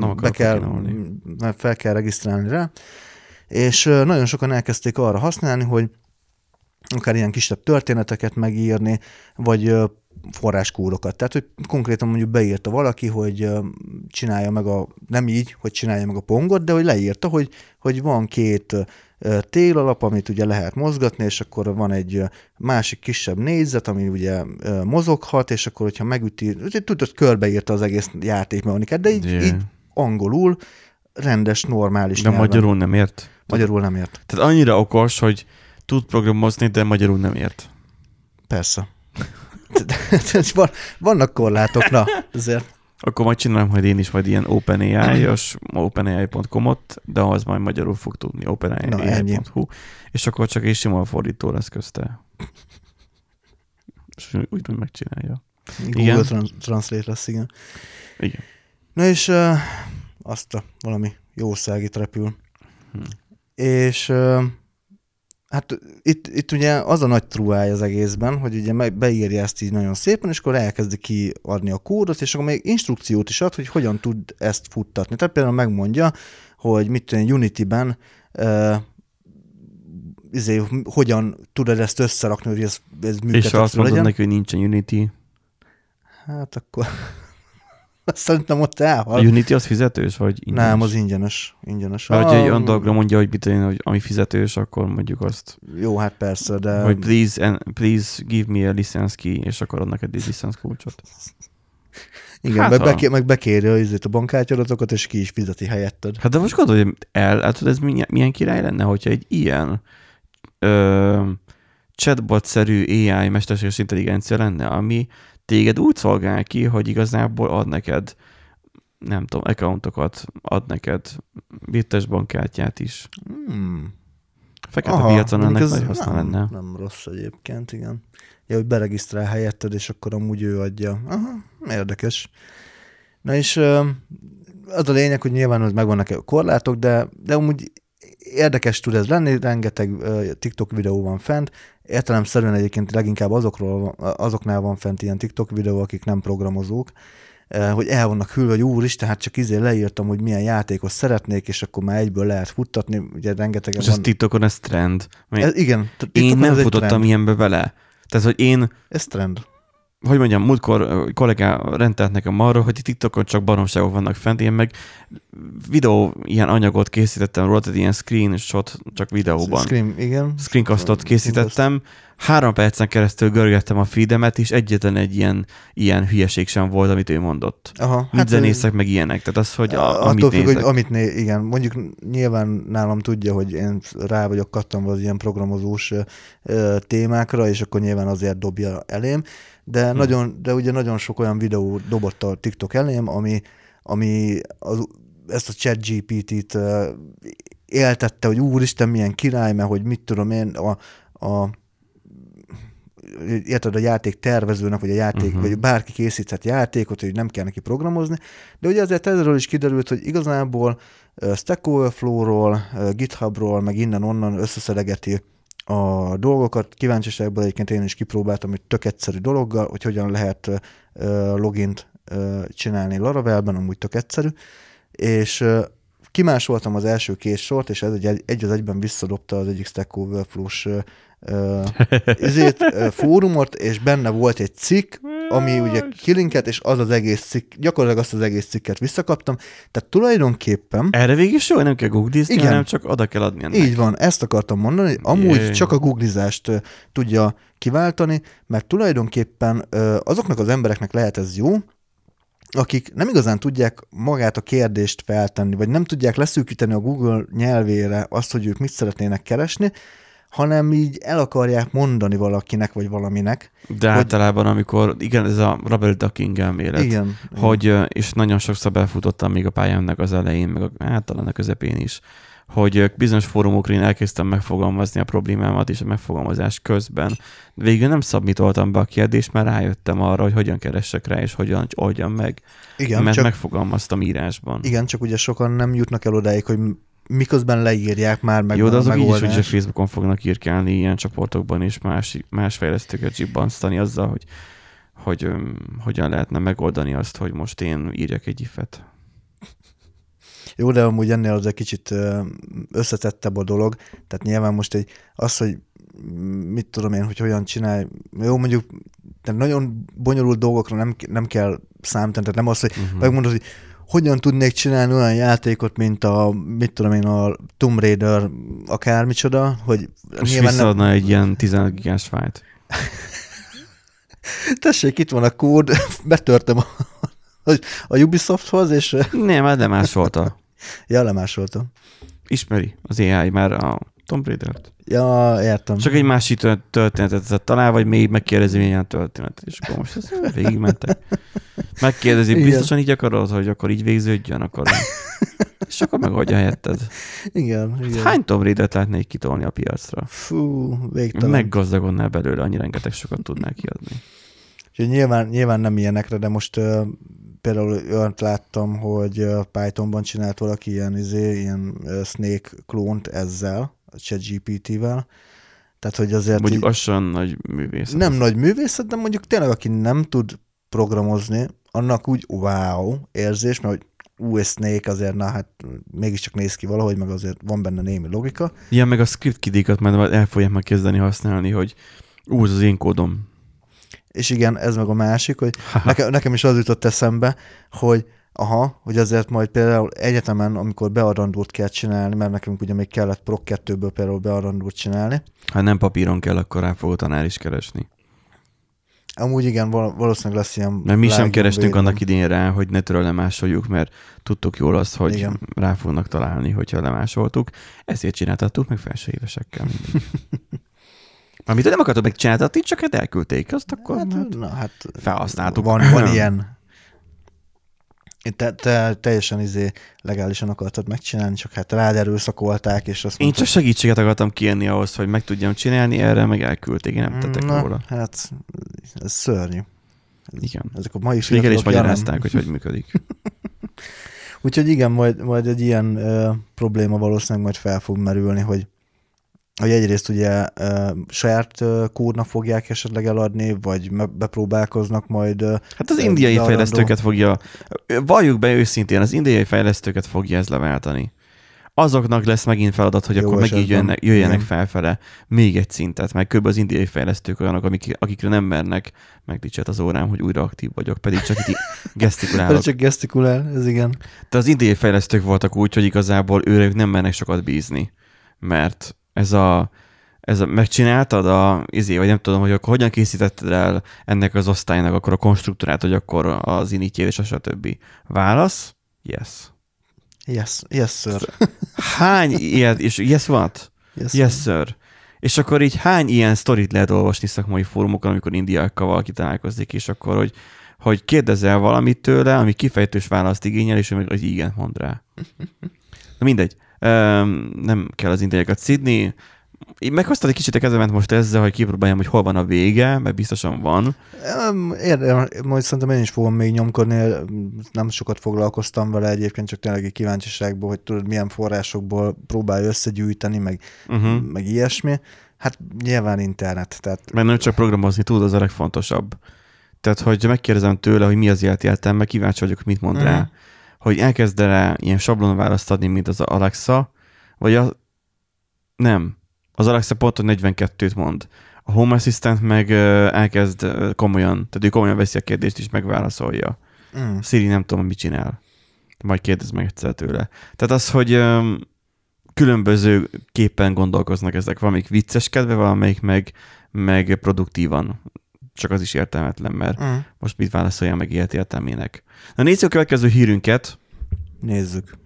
S2: fel kell regisztrálni rá, és nagyon sokan elkezdték arra használni, hogy akár ilyen kisebb történeteket megírni, vagy forráskódokat. Tehát, hogy konkrétan mondjuk beírta valaki, hogy csinálja meg nem így, hogy csinálja meg a pongot, de hogy leírta, hogy van két télalap, amit ugye lehet mozgatni, és akkor van egy másik kisebb négyzet, ami ugye mozoghat, és akkor, hogyha megüti, tudod, körbeírta az egész játékmechanikát, de így angolul, rendes, normális
S1: de nyelven. Magyarul nem ért?
S2: Magyarul nem ért.
S1: Tehát annyira okos, hogy tud programozni, de magyarul nem ért.
S2: Persze. Vannak korlátok, na, ezért.
S1: Akkor majd csinálom, hogy én is majd ilyen OpenAI-os, openai.com-ot, de az majd magyarul fog tudni, openai.hu, és akkor csak egy sima fordító lesz közte. És úgy megcsinálja.
S2: Google Translate lesz, igen.
S1: Igen.
S2: Na és valami jószág itt repül. És hát itt ugye az a nagy truáj az egészben, hogy ugye beírja ezt így nagyon szépen, és akkor elkezdi kiadni a kódot, és akkor még instrukciót is ad, hogy hogyan tud ezt futtatni. Tehát például megmondja, hogy mit tudom, Unity-ben hogyan tudod ezt összerakni, hogy ez működhető.
S1: És azt mondod neki, hogy nincsen Unity.
S2: Hát akkor azt szerintem ott elhal.
S1: A Unity az fizetős, vagy ingyenes? Nem,
S2: az ingyenes.
S1: Ha egy olyan dologra mondja, hogy ami fizetős, akkor mondjuk azt.
S2: Jó, hát persze, de...
S1: Hogy please give me a license key, és akkor adnak egy license kulcsot.
S2: Igen, meg bekéri a bankkártyadatokat, és ki is fizeti helyetted.
S1: Hát de most gondolj hát ez milyen király lenne, hogyha egy ilyen chatbot-szerű AI mesterséges intelligencia lenne, ami téged úgy szolgál ki, hogy igazából ad neked, nem tudom, accountokat, ad neked virtuális bankkártyát is. Fekete piacon ennek nagy haszna lenne.
S2: Nem rossz egyébként, igen. Ja, hogy beregisztrál helyetted, és akkor amúgy ő adja. Aha, érdekes. Na és az a lényeg, hogy nyilván hogy megvannak a korlátok, de amúgy érdekes tud ez lenni, rengeteg TikTok videó van fent, értelemszerűen egyébként leginkább azoknál van fent ilyen TikTok videó, akik nem programozók, hogy el vannak hűlve, hogy úristen, hát csak leírtam, hogy milyen játékot szeretnék, és akkor már egyből lehet futtatni, ugye rengetegen
S1: és van. És ez TikTokon ez trend.
S2: Igen.
S1: Én nem futottam ilyenbe bele. Tehát, hogy én...
S2: Ez trend.
S1: Hogy mondjam, múltkor kollégá rendelt nekem arra, hogy TikTokon csak baromságok vannak fent, én meg videó ilyen anyagot készítettem róla, tehát ilyen screenshot csak videóban. Screencastot készítettem. 3 percen keresztül görgettem a feedemet, és egyetlen egy ilyen hülyeség sem volt, amit ő mondott.
S2: Aha,
S1: mit zenészek, meg ilyenek. Tehát az, hogy amit
S2: függ,
S1: nézek.
S2: Hogy igen, mondjuk nyilván nálam tudja, hogy én rá vagyok kattanva az ilyen programozós témákra, és akkor nyilván azért dobja elém, de ugye nagyon sok olyan videó dobott a TikTok elém, ami ezt a ChatGPT-t éltette, hogy úristen, milyen király, mert hogy mit tudom én, érted, a játék tervezőnek, vagy a játék, vagy bárki készíthet játékot, hogy nem kell neki programozni, de ugye azért ezzel is kiderült, hogy igazából Stack Overflow-ról, GitHub-ról, meg innen-onnan összeszelegeti a dolgokat. Kíváncsiságból egyébként én is kipróbáltam, hogy tök egyszerű dologgal, hogy hogyan lehet logint csinálni Laravelben, amúgy tök egyszerű, és kimásoltam az első 2 sort, és ez egy az egyben visszadobta az egyik Stack Overflow-s fórumot, és benne volt egy cikk, ami ugye kilinkelt, és az egész cikk, gyakorlatilag azt az egész cikket visszakaptam. Tehát tulajdonképpen...
S1: Erre végig is jó, nem kell googlizni, hanem csak oda kell adni ennek.
S2: Így van, ezt akartam mondani, hogy amúgy csak a googlizást tudja kiváltani, mert tulajdonképpen azoknak az embereknek lehet ez jó, akik nem igazán tudják magát a kérdést feltenni, vagy nem tudják leszűkíteni a Google nyelvére azt, hogy ők mit szeretnének keresni, hanem így el akarják mondani valakinek, vagy valaminek.
S1: De általában, amikor, igen, ez a rubber ducking elmélet,
S2: igen,
S1: hogy, és nagyon sokszor belefutottam még a pályámnak az elején, meg talán a közepén is, hogy bizonyos fórumokra én elkezdtem megfogalmazni a problémámat, és a megfogalmazás közben végül nem szabmitoltam be a kérdést, mert rájöttem arra, hogy hogyan keressek rá, és hogyan oldjam meg. Igen, mert megfogalmaztam írásban.
S2: Igen, csak ugye sokan nem jutnak el odáig, hogy miközben leírják már meg.
S1: Jó, de azok így is, hogy a Facebookon fognak írkálni ilyen csoportokban, és más fejlesztőket zsibbansztani azzal, hogy hogyan lehetne megoldani azt, hogy most én írjak egy if-et.
S2: Jó, de amúgy ennél az egy kicsit összetettebb a dolog. Tehát nyilván most az, hogy mit tudom én, hogy hogyan csinálj. Jó, mondjuk de nagyon bonyolult dolgokra nem kell számítani. Tehát nem az, hogy megmondod, hogy hogyan tudnék csinálni olyan játékot, mint mit tudom én, a Tomb Raider akármicsoda, hogy
S1: most visszaadna egy ilyen 15 gigás fájlt.
S2: Tessék, itt van a kód, betörtem a Ubisofthoz, és...
S1: Nem, már lemásolta.
S2: Ja, lemásolta.
S1: Ismeri az AI már a Tomb Raider-t.
S2: Ja, értem.
S1: Csak egy másik történetet talál, vagy még megkérdezi, milyen történet. És akkor most ezt végigmentek. Megkérdezi, igen. Biztosan így akarod, hogy akkor így végződjön, akkor. És akkor megoldja helyetted.
S2: Igen.
S1: Hány Tomb Raider-t lehetnék kitolni a piacra?
S2: Fú, végtelen.
S1: Meggazdagodnál belőle, annyi rengeteg sokat tudnál kiadni.
S2: Úgyhogy nyilván nem ilyenekre, de most például olyat láttam, hogy Pythonban csinált valaki ilyen Snake klónt ezzel, a ChatGPT-vel. Tehát, hogy azért...
S1: Mondjuk lassan nagy művészet.
S2: Nem nagy művészet, de mondjuk tényleg, aki nem tud programozni, annak úgy wow érzés, mert hogy Snake azért, na hát mégiscsak néz ki valahogy, meg azért van benne némi logika.
S1: Igen, meg a script kidékat már el fogják meg kezdeni használni, hogy ez az én kódom.
S2: És igen, ez meg a másik, hogy nekem is az jutott eszembe, hogy hogy azért majd például egyetemen, amikor beadandót kell csinálni, mert nekünk ugye még kellett Proc 2-ből például beadandót csinálni.
S1: Ha nem papíron kell, akkor rá fog a tanár is keresni.
S2: Amúgy igen, valószínűleg lesz ilyen...
S1: Mert mi sem kerestünk annak idén rá, hogy ne tőle lemásoljuk, mert tudtuk jól azt, hogy igen. Rá fognak találni, hogyha lemásoltuk. Ezért csináltattuk meg felső évesekkel. Amit nem akartok megcsináltatni, csak hát elküldték azt, akkor felhasználtuk.
S2: Van ilyen. Te teljesen legálisan akartad megcsinálni, csak hát rád erőszakolták, és azt
S1: mondtad... Én csak segítséget akartam kérni ahhoz, hogy meg tudjam csinálni, erre meg elküldték, én nem tettek róla.
S2: Hát, ez szörnyű.
S1: Igen.
S2: Ezek a mai
S1: fiatalok is magyarázták, hogy működik.
S2: Úgyhogy igen, majd egy ilyen probléma valószínűleg majd fel fog merülni, hogy egyrészt ugye saját kódnak fogják esetleg eladni, vagy bepróbálkoznak majd.
S1: Hát az indiai fejlesztőket fogja, valljuk be őszintén, az indiai fejlesztőket fogja ez leváltani. Azoknak lesz megint feladat, hogy jó, akkor megint jöjjenek felfele még egy szintet, meg kb. Az indiai fejlesztők olyanok, akikre nem mernek, megdicsért az órám, hogy újra aktív vagyok, pedig csak itt gesztikulálok.
S2: Pedig csak gesztikulál, ez igen.
S1: De az indiai fejlesztők voltak úgy, hogy igazából ők nem mernek sokat bízni, mert ez a megcsináltad vagy nem tudom, hogy akkor hogyan készítetted el ennek az osztálynak akkor a konstruktúrát, hogy akkor az initjét és a stb. Válasz? Yes.
S2: Yes, sir.
S1: Hány ilyet, és yes what? Yes, sir. És akkor így hány ilyen sztorit lehet olvasni szakmai fórumokon, amikor indiaiakkal valaki találkozik, és akkor, hogy kérdezel valamit tőle, ami kifejtős választ igényel, és ő meg az igen mond rá. Na mindegy. Nem kell az indiaiakat szidni. Én meghoztad egy kicsit a kezemet most ezzel, hogy kipróbáljam, hogy hol van a vége, mert biztosan van.
S2: Majd szerintem én is fogom még nyomkodni, nem sokat foglalkoztam vele egyébként, csak tényleg egy kíváncsiságból, hogy tudod, milyen forrásokból próbálja összegyűjteni, meg ilyesmi. Hát nyilván internet. Tehát...
S1: Mert nem csak programozni tud, az a legfontosabb. Tehát, hogy megkérdezem tőle, hogy mi az életjeltem, meg kíváncsi vagyok, mit mond rá. Hogy elkezd-e ilyen sablonválaszt adni, mint az Alexa, vagy nem. Az Alexa pont, hogy 42-t mond. A Home Assistant meg elkezd komolyan, tehát ő komolyan veszi a kérdést és megválaszolja. Siri nem tudom, mit csinál. Majd kérdezz meg egyszer tőle. Tehát az, hogy különböző képen gondolkoznak ezek. Valamelyik vicceskedve, valamelyik meg produktívan. Csak az is értelmetlen, mert most mit válaszolja meg ilyet értelmének. Na nézzük a következő hírünket.
S2: Nézzük.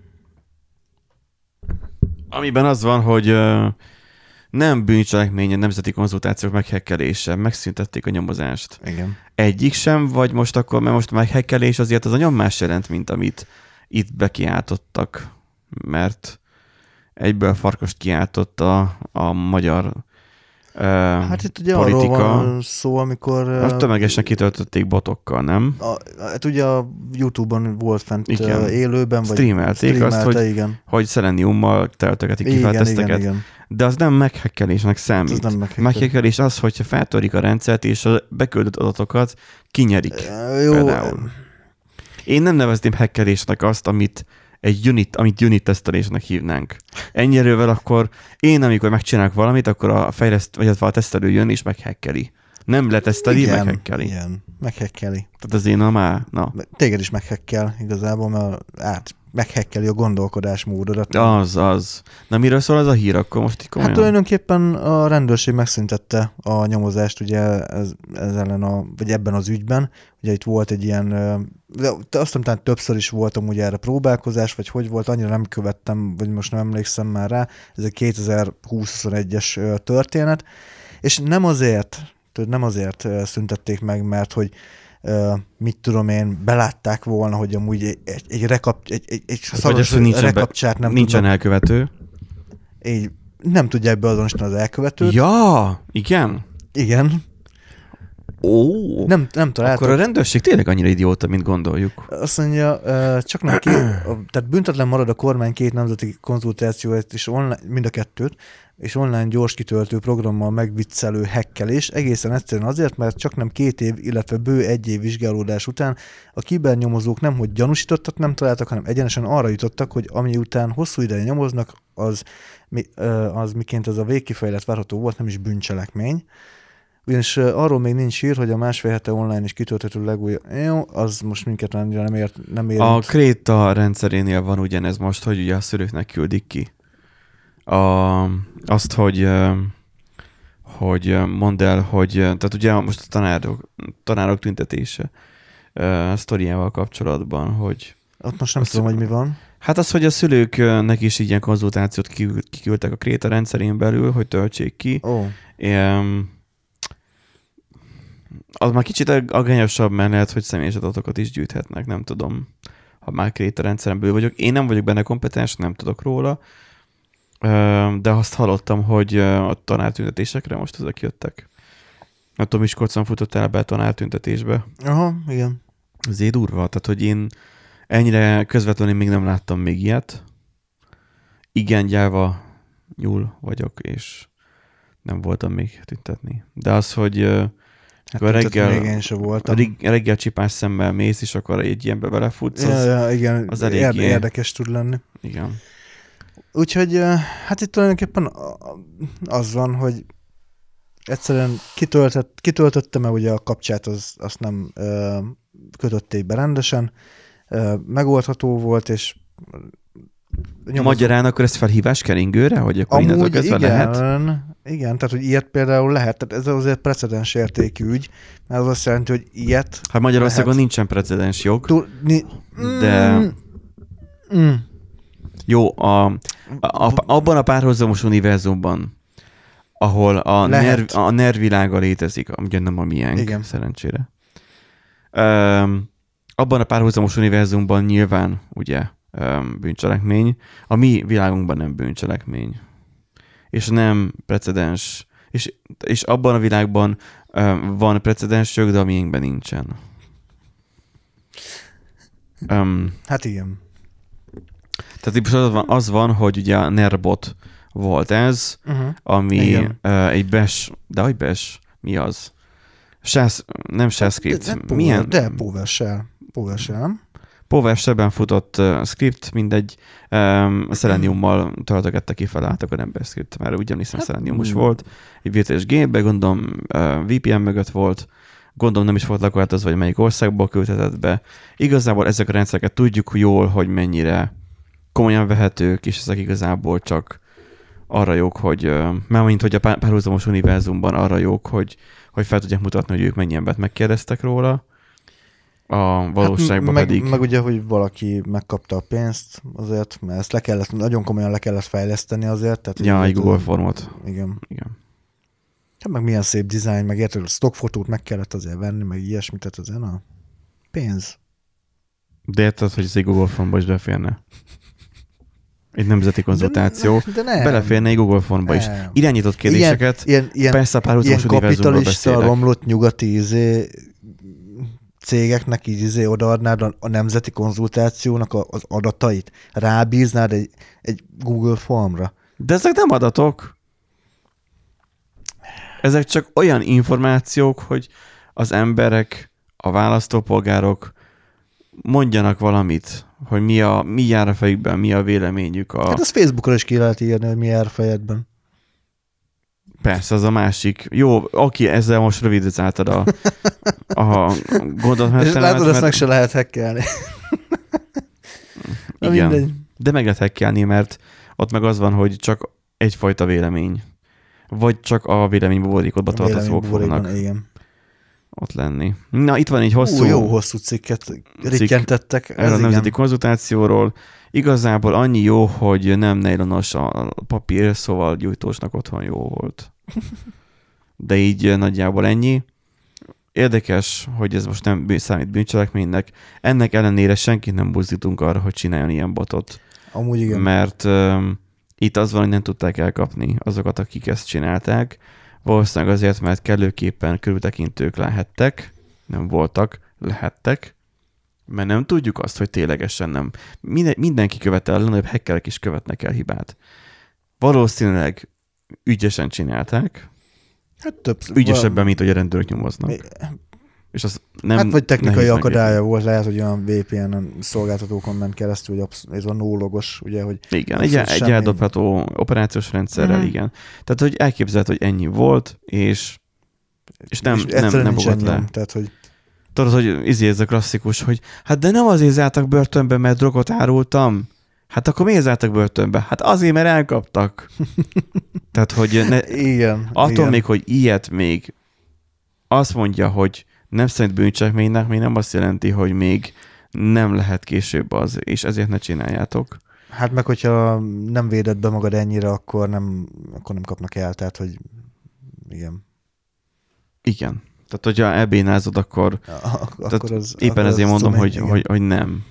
S1: Amiben az van, hogy nem bűncselekmény a nemzeti konzultációk meghekkelése. Megszüntették a nyomozást.
S2: Igen.
S1: Egyik sem, vagy most akkor, mert most a meghekkelés azért az a nyomás jelent, mint amit itt bekiáltottak, mert egyből farkast kiáltott a magyar
S2: hát itt ugye
S1: politika.
S2: Arról van szó, amikor...
S1: Most tömegesen kitöltötték botokkal, nem?
S2: Hát ugye a YouTube-on volt fent élőben, vagy
S1: streamelték azt, hogy szeleniummal teltögetik ki felteszteket. Igen. De az nem meghekkelésnek számít. Meghekkelés az, hogyha feltörik a rendszert, és a beküldött adatokat kinyerik.
S2: Jó.
S1: Például. Én nem nevezném hekkelésnek azt, amit unit tesztelésnek hívnánk. Ennyiről akkor amikor megcsinálok valamit, akkor a tesztelő jön és meghekkeli. Nem leteszteli, meghekkeli.
S2: Igen, meghekkeli.
S1: Tehát az én na.
S2: Téged is meghekkel igazából, mert meghekkeli a gondolkodásmódodat.
S1: Az. Na miről szól ez a hír akkor most így komolyan?
S2: Hát tulajdonképpen a rendőrség megszüntette a nyomozást ugye ez ellen vagy ebben az ügyben. Ugye itt volt egy ilyen, azt hiszem, többször is voltam ugye erre próbálkozás, vagy hogy volt, annyira nem követtem, vagy most nem emlékszem már rá. Ez egy 2020-21-es történet. És nem azért szüntették meg, mert hogy mit tudom én, belátták volna, hogy amúgy egy szaros rekapcsát nem
S1: nincsen elkövető.
S2: Így nem tudják beazonosítani az elkövetőt.
S1: Ja, igen?
S2: Igen.
S1: Ó,
S2: nem találtak.
S1: Akkor a rendőrség tényleg annyira idióta, mint gondoljuk.
S2: Azt mondja, csak nem tehát büntetlen marad a kormány 2 nemzeti konzultációt is online, mind a 2-t, és online gyors kitöltő programmal megviccelő hekkelés, egészen egyszerűen azért, mert csak nem 2 év, illetve bő 1 év vizsgálódás után a kibernyomozók nemhogy gyanúsítottat nem találtak, hanem egyenesen arra jutottak, hogy ami után hosszú ideje nyomoznak, az miként ez a végkifejlet várható volt, nem is bűncselekmény. Ugyanis arról még nincs hír, hogy a 1,5 hete online is kitölthető legújabb. Jó, az most minket annyira nem érint.
S1: A Kréta rendszerénél van ugyanez most, hogy ugye a szülőknek küldik ki. Azt, hogy mondd el, hogy tehát ugye most a tanárok tüntetése sztoriával kapcsolatban, hogy...
S2: Ott most nem tudom, hogy mi van.
S1: Hát az, hogy a szülőknek is ilyen konzultációt kiküldtek a Kréta rendszerén belül, hogy töltsék ki. Az már kicsit aggányosabb, mert lehet, hogy személyes adatokat is gyűjthetnek, nem tudom. Ha már Kréta rendszeren belül vagyok. Én nem vagyok benne kompetens, nem tudok róla. De azt hallottam, hogy a tanártüntetésekre most ezek jöttek. Nem tudom, Miskolcon futott el be a tanártüntetésbe.
S2: Aha, igen.
S1: Azért durva, tehát hogy én Ennyire közvetlenül még nem láttam még ilyet. Igen, gyáva nyúl vagyok, és nem voltam még tüntetni. De az, hogy akkor reggel csipás szemmel mész, és akkor egy ilyenbe belefutsz,
S2: igen,
S1: az elég
S2: érdekes tud lenni.
S1: Igen.
S2: Úgyhogy hát itt tulajdonképpen az van, hogy egyszerűen kitöltöttem, mert ugye a kapcsát azt nem kötötték be rendesen, megoldható volt, és
S1: Magyarán akkor ez felhívás keringőre, hogy akkor innentől kezdve lehet?
S2: Igen, tehát hogy ilyet például lehet, tehát ez azért precedens értékű ügy, mert az azt jelenti, hogy ilyet
S1: hát Magyarországon lehet. Nincsen precedens jog, de jó, abban a párhuzamos univerzumban, ahol a NER világa létezik, ugye nem a miénk, igen. Szerencsére. Abban a párhuzamos univerzumban nyilván, ugye, bűncselekmény, a mi világunkban nem bűncselekmény. És nem precedens. És abban a világban van precedens jog, de a miénkben nincsen.
S2: Hát igen.
S1: Tehát itt az van, hogy ugye a NERBot volt ez, ami egy bash, de hogy bash? Mi az? Nem shell script. Milyen?
S2: De PowerShell, nem?
S1: PowerShell-ben futott script, mindegy, Seleniummal töltögette kifele át, akkor nem bash script, mert ugyanis Seleniumos volt. Egy virtuális gépben, gondolom VPN mögött volt, gondolom nem is volt lakorátozva, vagy melyik országból küldhetett be. Igazából ezek a rendszereket tudjuk jól, hogy mennyire komolyan vehetők, és ezek igazából csak arra jók, hogy mármint, hogy a párhuzamos univerzumban arra jók, hogy fel tudják mutatni, hogy ők mennyi embert megkérdeztek róla. A valóságban pedig...
S2: Meg ugye, hogy valaki megkapta a pénzt azért, mert ezt nagyon komolyan le kellett fejleszteni azért. Tehát
S1: ja, egy Google formot.
S2: Igen. Hát meg milyen szép dizájn, meg érted, stockfotót meg kellett azért venni, meg ilyesmit, tehát azért a pénz.
S1: De érted, hogy ez egy Google formba is beférne? Egy nemzeti konzultáció. De beleférne egy Google formba is. Irányított kérdéseket, persze a párhuzamos univerzumról beszélek.
S2: Ilyen kapitalista, romlott nyugati cégeknek így odaadnád a nemzeti konzultációnak az adatait, rábíznád egy Google formra.
S1: De ezek nem adatok. Ezek csak olyan információk, hogy az emberek, a választópolgárok mondjanak valamit, hogy mi jár a fejükben, mi a véleményük.
S2: Hát az Facebookra is ki lehet írni, hogy mi jár a fejedben.
S1: Persze, az a másik. Jó, aki ezzel most rövidítáltad a gondolatot.
S2: És látod, ezt meg se lehet hackelni.
S1: Igen, mindegy. De meg lehet hackelni, mert ott meg az van, hogy csak egyfajta vélemény. Vagy csak a véleménybuborékot betartozók fognak ott lenni. Na, itt van egy hosszú...
S2: jó hosszú cikket rikkentettek.
S1: Erről a nemzeti konzultációról. Igazából annyi jó, hogy nem nejlonos a papír, szóval gyújtósnak otthon jó volt. De így nagyjából ennyi. Érdekes, hogy ez most nem számít bűncselekménynek. Ennek ellenére senkit nem buzdítunk arra, hogy csináljon ilyen botot.
S2: Amúgy igen.
S1: Mert itt az van, hogy nem tudták elkapni azokat, akik ezt csinálták. Valószínűleg azért, mert kellőképpen körültekintők lehettek, nem voltak, lehettek, mert nem tudjuk azt, hogy ténylegesen nem. Mindenki követel, a legnagyobb hackerek is követnek el hibát. Valószínűleg ügyesen csinálták.
S2: Hát többször.
S1: Ügyesebben, mint hogy a rendőrök nyomoznak. És az nem
S2: hát vagy technikai akadálya volt, lehet, hogy olyan VPN szolgáltatókon ment keresztül, hogy ez a no-logos, ugye, hogy...
S1: Igen, egy eldobható operációs rendszerrel, igen. Tehát, hogy elképzelhet, hogy ennyi volt, és nem fogott le.
S2: Tehát, hogy...
S1: Tudod, hogy ez a klasszikus, hogy hát de nem azért zártak börtönbe, mert drogot árultam. Hát akkor miért zártak börtönbe? Hát azért, mert elkaptak. Tehát, hogy
S2: igen,
S1: attól
S2: igen.
S1: még, hogy ilyet még azt mondja, hogy nem szerint bűncselekménynek, még nem azt jelenti, hogy még nem lehet később az, és ezért ne csináljátok.
S2: Hát meg, hogyha nem véded be magad ennyire, akkor nem kapnak el, tehát, hogy igen.
S1: Igen. Tehát, hogyha elbénázod, akkor éppen ezért mondom, hogy nem.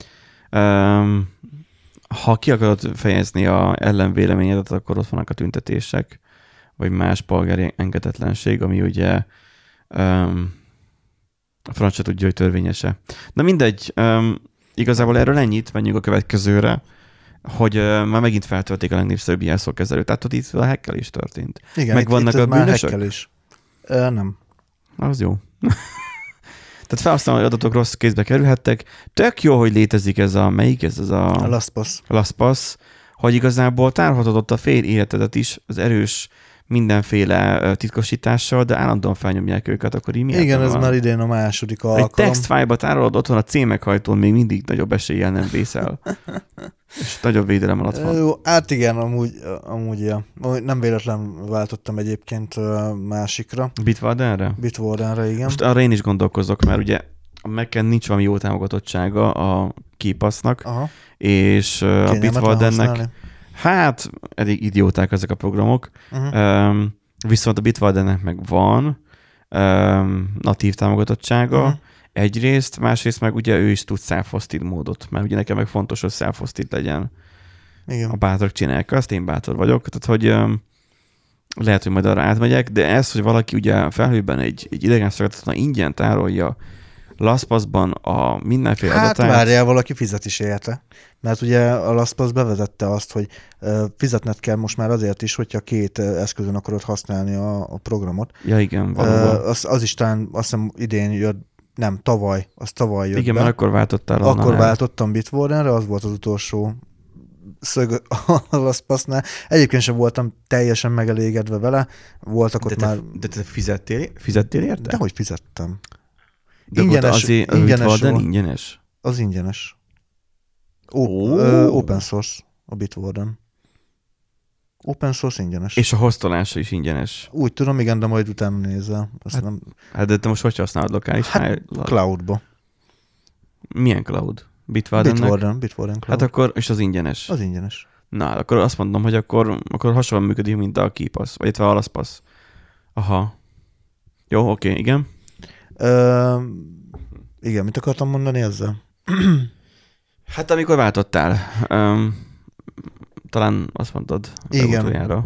S1: Ha ki akarod fejezni a ellenvéleményedet, akkor ott vannak a tüntetések, vagy más polgári engedetlenség, ami ugye a franc se tudja, hogy törvényese. Na mindegy, Igazából erről ennyit, menjünk a következőre, hogy már megint feltölték a legnépszerűbb jelszókezelőt. Tehát ott itt a hackelés történt.
S2: Igen,
S1: meg vannak a bűnösök?
S2: Hackelés. Nem.
S1: Az jó. Tehát felhasználói adatok rossz kézbe kerülhettek. Tök jó, hogy létezik ez a, melyik ez a
S2: LastPass.
S1: LastPass, hogy igazából tárhatod ott a fél életedet is az erős mindenféle titkosítással, de állandóan felnyomják őket, akkor így miért?
S2: Igen, ez már idén a második alkalom.
S1: Egy textfájlba tárolod otthon a C-meghajtón, még mindig nagyobb eséllyel nem vészel. És nagyobb védelem alatt van.
S2: Jó, hát igen, amúgy ja. Nem véletlen váltottam egyébként másikra. Bitwardenre, igen.
S1: Most arra én is gondolkozok, mert ugye a Mac-en nincs valami jó támogatottsága a KeePass-nak, és a Bitwardennek hát elég idióták ezek a programok, viszont a Bitwardennek meg van natív támogatottsága, egyrészt, másrészt meg ugye ő is tud self-hosted módot, mert ugye nekem meg fontos, hogy self-hosted legyen. Igen. A bátrak csinálják, azt én bátor vagyok, tehát hogy lehet, hogy majd arra átmegyek, de ez, hogy valaki ugye felhőben egy idegen szolgáltató ingyen tárolja LastPass-ban a mindenféle adatát.
S2: Hát várjál, valaki fizet is érte. Mert ugye a LastPass bevezette azt, hogy fizetned kell most már azért is, hogyha két eszközön akarod használni a programot.
S1: Ja igen, valóban.
S2: Az is talán azt hiszem idén jött, nem, tavaly jött
S1: igen,
S2: be.
S1: mert akkor váltottál onnan.
S2: Akkor váltottam Bitwardenre, az volt az utolsó szög a LastPass-nál. Egyébként sem voltam teljesen megelégedve vele. Voltak ott már...
S1: De te fizettél érte?
S2: Dehogy fizettem.
S1: De ingyenes, ingyenes?
S2: Az ingyenes. Open source a Bitwarden. Open source ingyenes.
S1: És a hostolása is ingyenes.
S2: Úgy tudom, igen, de majd utána nézel.
S1: Hát de te most hogy használod lokális?
S2: Cloudba.
S1: Milyen cloud? Bitwarden
S2: cloud.
S1: Hát akkor, és az ingyenes?
S2: Az ingyenes.
S1: Na, akkor azt mondom, hogy akkor hasonlóan működik, mint a KeePass, vagy itt a LastPass. Aha. Jó, oké, igen.
S2: Igen, mit akartam mondani ezzel?
S1: Hát amikor váltottál, talán azt mondtad utoljára.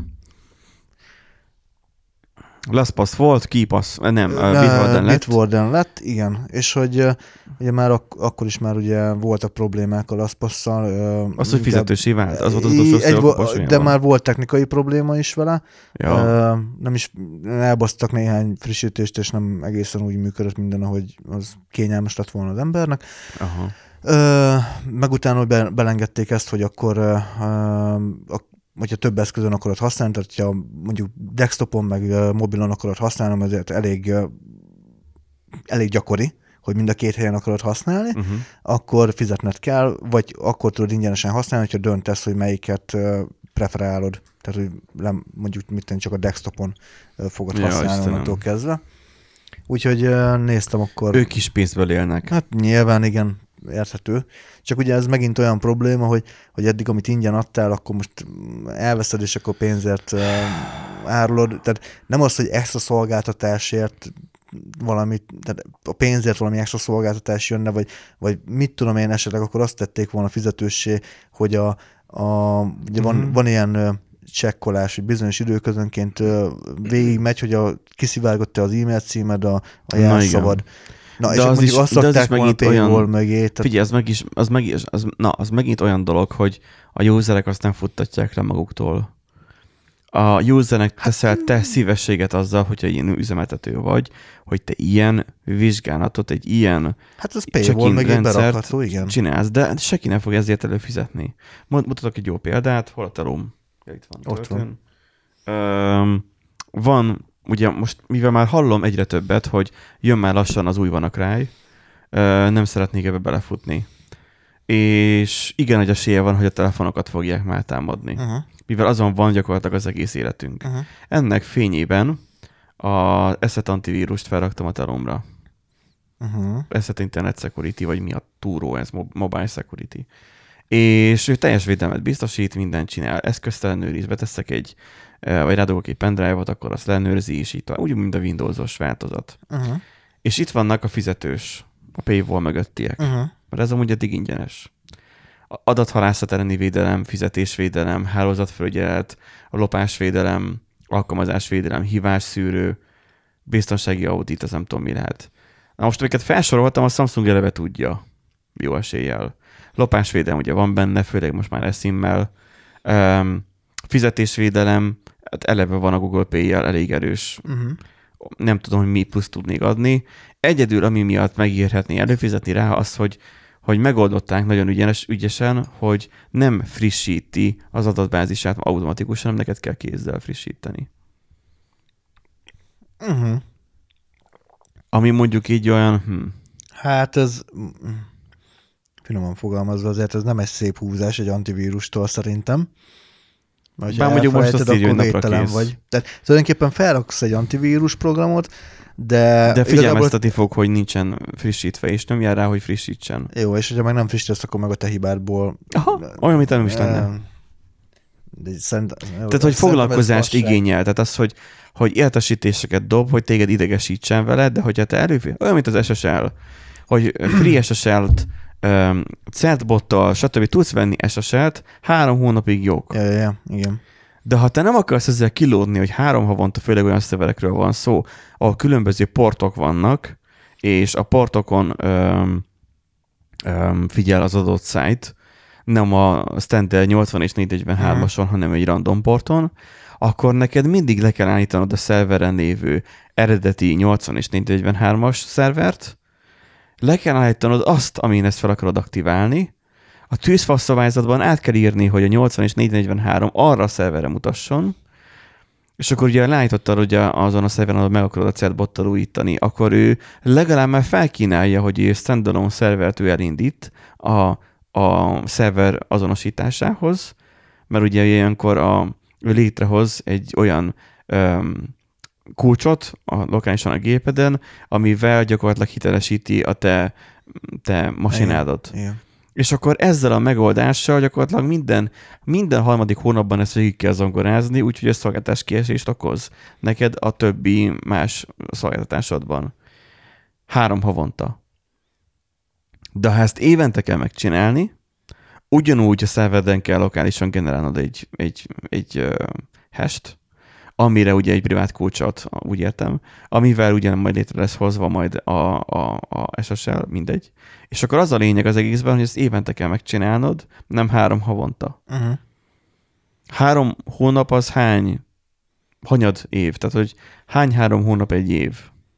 S1: LastPass volt, KeePass, nem, Bitwarden lett.
S2: Bitwarden lett, igen. És hogy ugye már akkor is már ugye voltak problémák a LastPass-szal.
S1: Az, hogy fizetősé vált, az volt az utolsó
S2: de már volt technikai probléma is vele.
S1: Ja.
S2: Nem is elbasztak néhány frissítést, és nem egészen úgy működött minden, ahogy az kényelmes lett volna az embernek.
S1: Aha.
S2: Meg utána, hogy belengedték ezt, hogy akkor hogyha több eszközön akarod használni, tehát ha mondjuk desktopon meg mobilon akarod használni, azért elég gyakori, hogy mind a két helyen akarod használni, akkor fizetned kell, vagy akkor tudod ingyenesen használni, hogyha döntesz, hogy melyiket preferálod. Tehát, hogy mondjuk csak a desktopon fogod használni onnantól kezdve. Úgyhogy néztem akkor.
S1: Ők is pénzből élnek.
S2: Hát nyilván igen, érthető. Csak ugye ez megint olyan probléma, hogy eddig, amit ingyen adtál, akkor most elveszed, és akkor pénzért árulod. Tehát nem az, hogy extra szolgáltatásért valamit, tehát a pénzért valami extra szolgáltatás jönne, vagy mit tudom én esetleg, akkor azt tették volna fizetőssé, hogy ugye van ilyen csekkolás, hogy bizonyos időközönként végigmegy, hogy kiszivárgott-e az e-mail címed, a jelszavad. Na, és
S1: az
S2: mondjuk azt rakták volna paywall mögé. Tehát...
S1: Figyelj, az megint olyan dolog, hogy a userek azt nem futtatják le maguktól. A usernek teszel te szívességet azzal, hogyha ilyen üzemeltető vagy, hogy te ilyen vizsgálatot, egy ilyen
S2: az paywall mögé berakható, igen.
S1: Csinálsz, de senki nem fog ezért előfizetni. Mutatok egy jó példát, hol a telóm? Itt van.
S2: Ott van.
S1: Van, ugye most, mivel már hallom egyre többet, hogy jön már lassan az új WannaCry, nem szeretnék ebbe belefutni. És igen nagy esélye van, hogy a telefonokat fogják már támadni. Mivel azon van gyakorlatilag az egész életünk. Ennek fényében az Asset antivírust felraktam a telomra. Asset Internet Security, vagy mi a túró, ez Mobile Security. És ő teljes védelmet biztosít, mindent csinál, eszközt ellenőriz, beteszek vagy rádugok egy pendrive-ot, akkor azt ellenőrzi, és így úgy, mint a Windows-os változat. És itt vannak a fizetős, a paywall mögöttiek. Mert ez amúgy eddig ingyenes. Adathalászat elleni védelem, fizetésvédelem, hálózatfelügyelet, a lopásvédelem, alkalmazásvédelem, hívásszűrő, biztonsági audit, az nem tudom mi lehet. Na most, amiket felsoroltam, a Samsung eleve tudja. jó eséllyel. Lopásvédelem ugye van benne, főleg most már eSIM-mel. Fizetésvédelem, hát eleve van a Google Pay-jel elég erős. Nem tudom, hogy mi plusz tudnék adni. Egyedül, ami miatt megírhetné előfizetni rá, az, hogy megoldották nagyon ügyesen, hogy nem frissíti az adatbázisát automatikusan, hanem neked kell kézzel frissíteni. Ami mondjuk így olyan...
S2: Hát ez finoman fogalmazva azért ez nem egy szép húzás egy antivírustól szerintem.
S1: Bár mondjuk most azt írja, hogy napra kész.
S2: Vagy. Tehát tulajdonképpen felraksz egy antivírus programot, de
S1: figyelmeztetni fog, hogy nincsen frissítve, és nem jár rá, hogy frissítsen.
S2: Jó, és hogyha meg nem frissítesz, akkor meg a te hibádból...
S1: Aha, olyan, mint nem is lenne. Tehát, hogy foglalkozást igényel. Tehát az, hogy értesítéseket dob, hogy téged idegesítsen vele, de hogyha te olyan, mint az SSL, hogy free SSL-t, chatbottal, stb. Tudsz venni SSL-t, 3 hónapig jók.
S2: Ja, igen.
S1: De ha te nem akarsz ezzel kilódni, hogy 3 havonta, főleg olyan szerverekről van szó, ahol különböző portok vannak, és a portokon figyel az adott site, nem a standard 80 és 443-ason, hanem egy random porton, akkor neked mindig le kell állítanod a szerveren lévő eredeti 80 és 443-as szervert, le kell állítanod azt, amin ezt fel akarod aktiválni, a tűzfal szabályzatban át kell írni, hogy a 80 és 443 arra a szerverre mutasson, és akkor ugye leállítottad ugye azon a szerveren, ahol meg akarod a chatbottal újítani, akkor ő legalább már felkínálja, hogy ő standalone szervert ő elindít a szerver azonosításához, mert ugye ilyenkor ő létrehoz egy olyan kulcsot lokálisan a gépeden, amivel gyakorlatilag hitelesíti a te masinádat.
S2: Igen.
S1: És akkor ezzel a megoldással gyakorlatilag minden harmadik hónapban ezt végig kell zongorázni, úgyhogy ez szolgáltatás kiesést okoz neked a többi más szolgáltatásodban. 3 havonta. De ha ezt évente kell megcsinálni, ugyanúgy a szerverden kell lokálisan generálnod egy hash-t, amire ugye egy privát kulcsot, úgy értem, amivel ugye majd létre lesz hozva majd a SSL, mindegy. És akkor az a lényeg az egészben, hogy ezt évente kell megcsinálnod, nem 3 havonta. 3 hónap az hanyad év? Tehát, hogy hány 3 hónap egy év?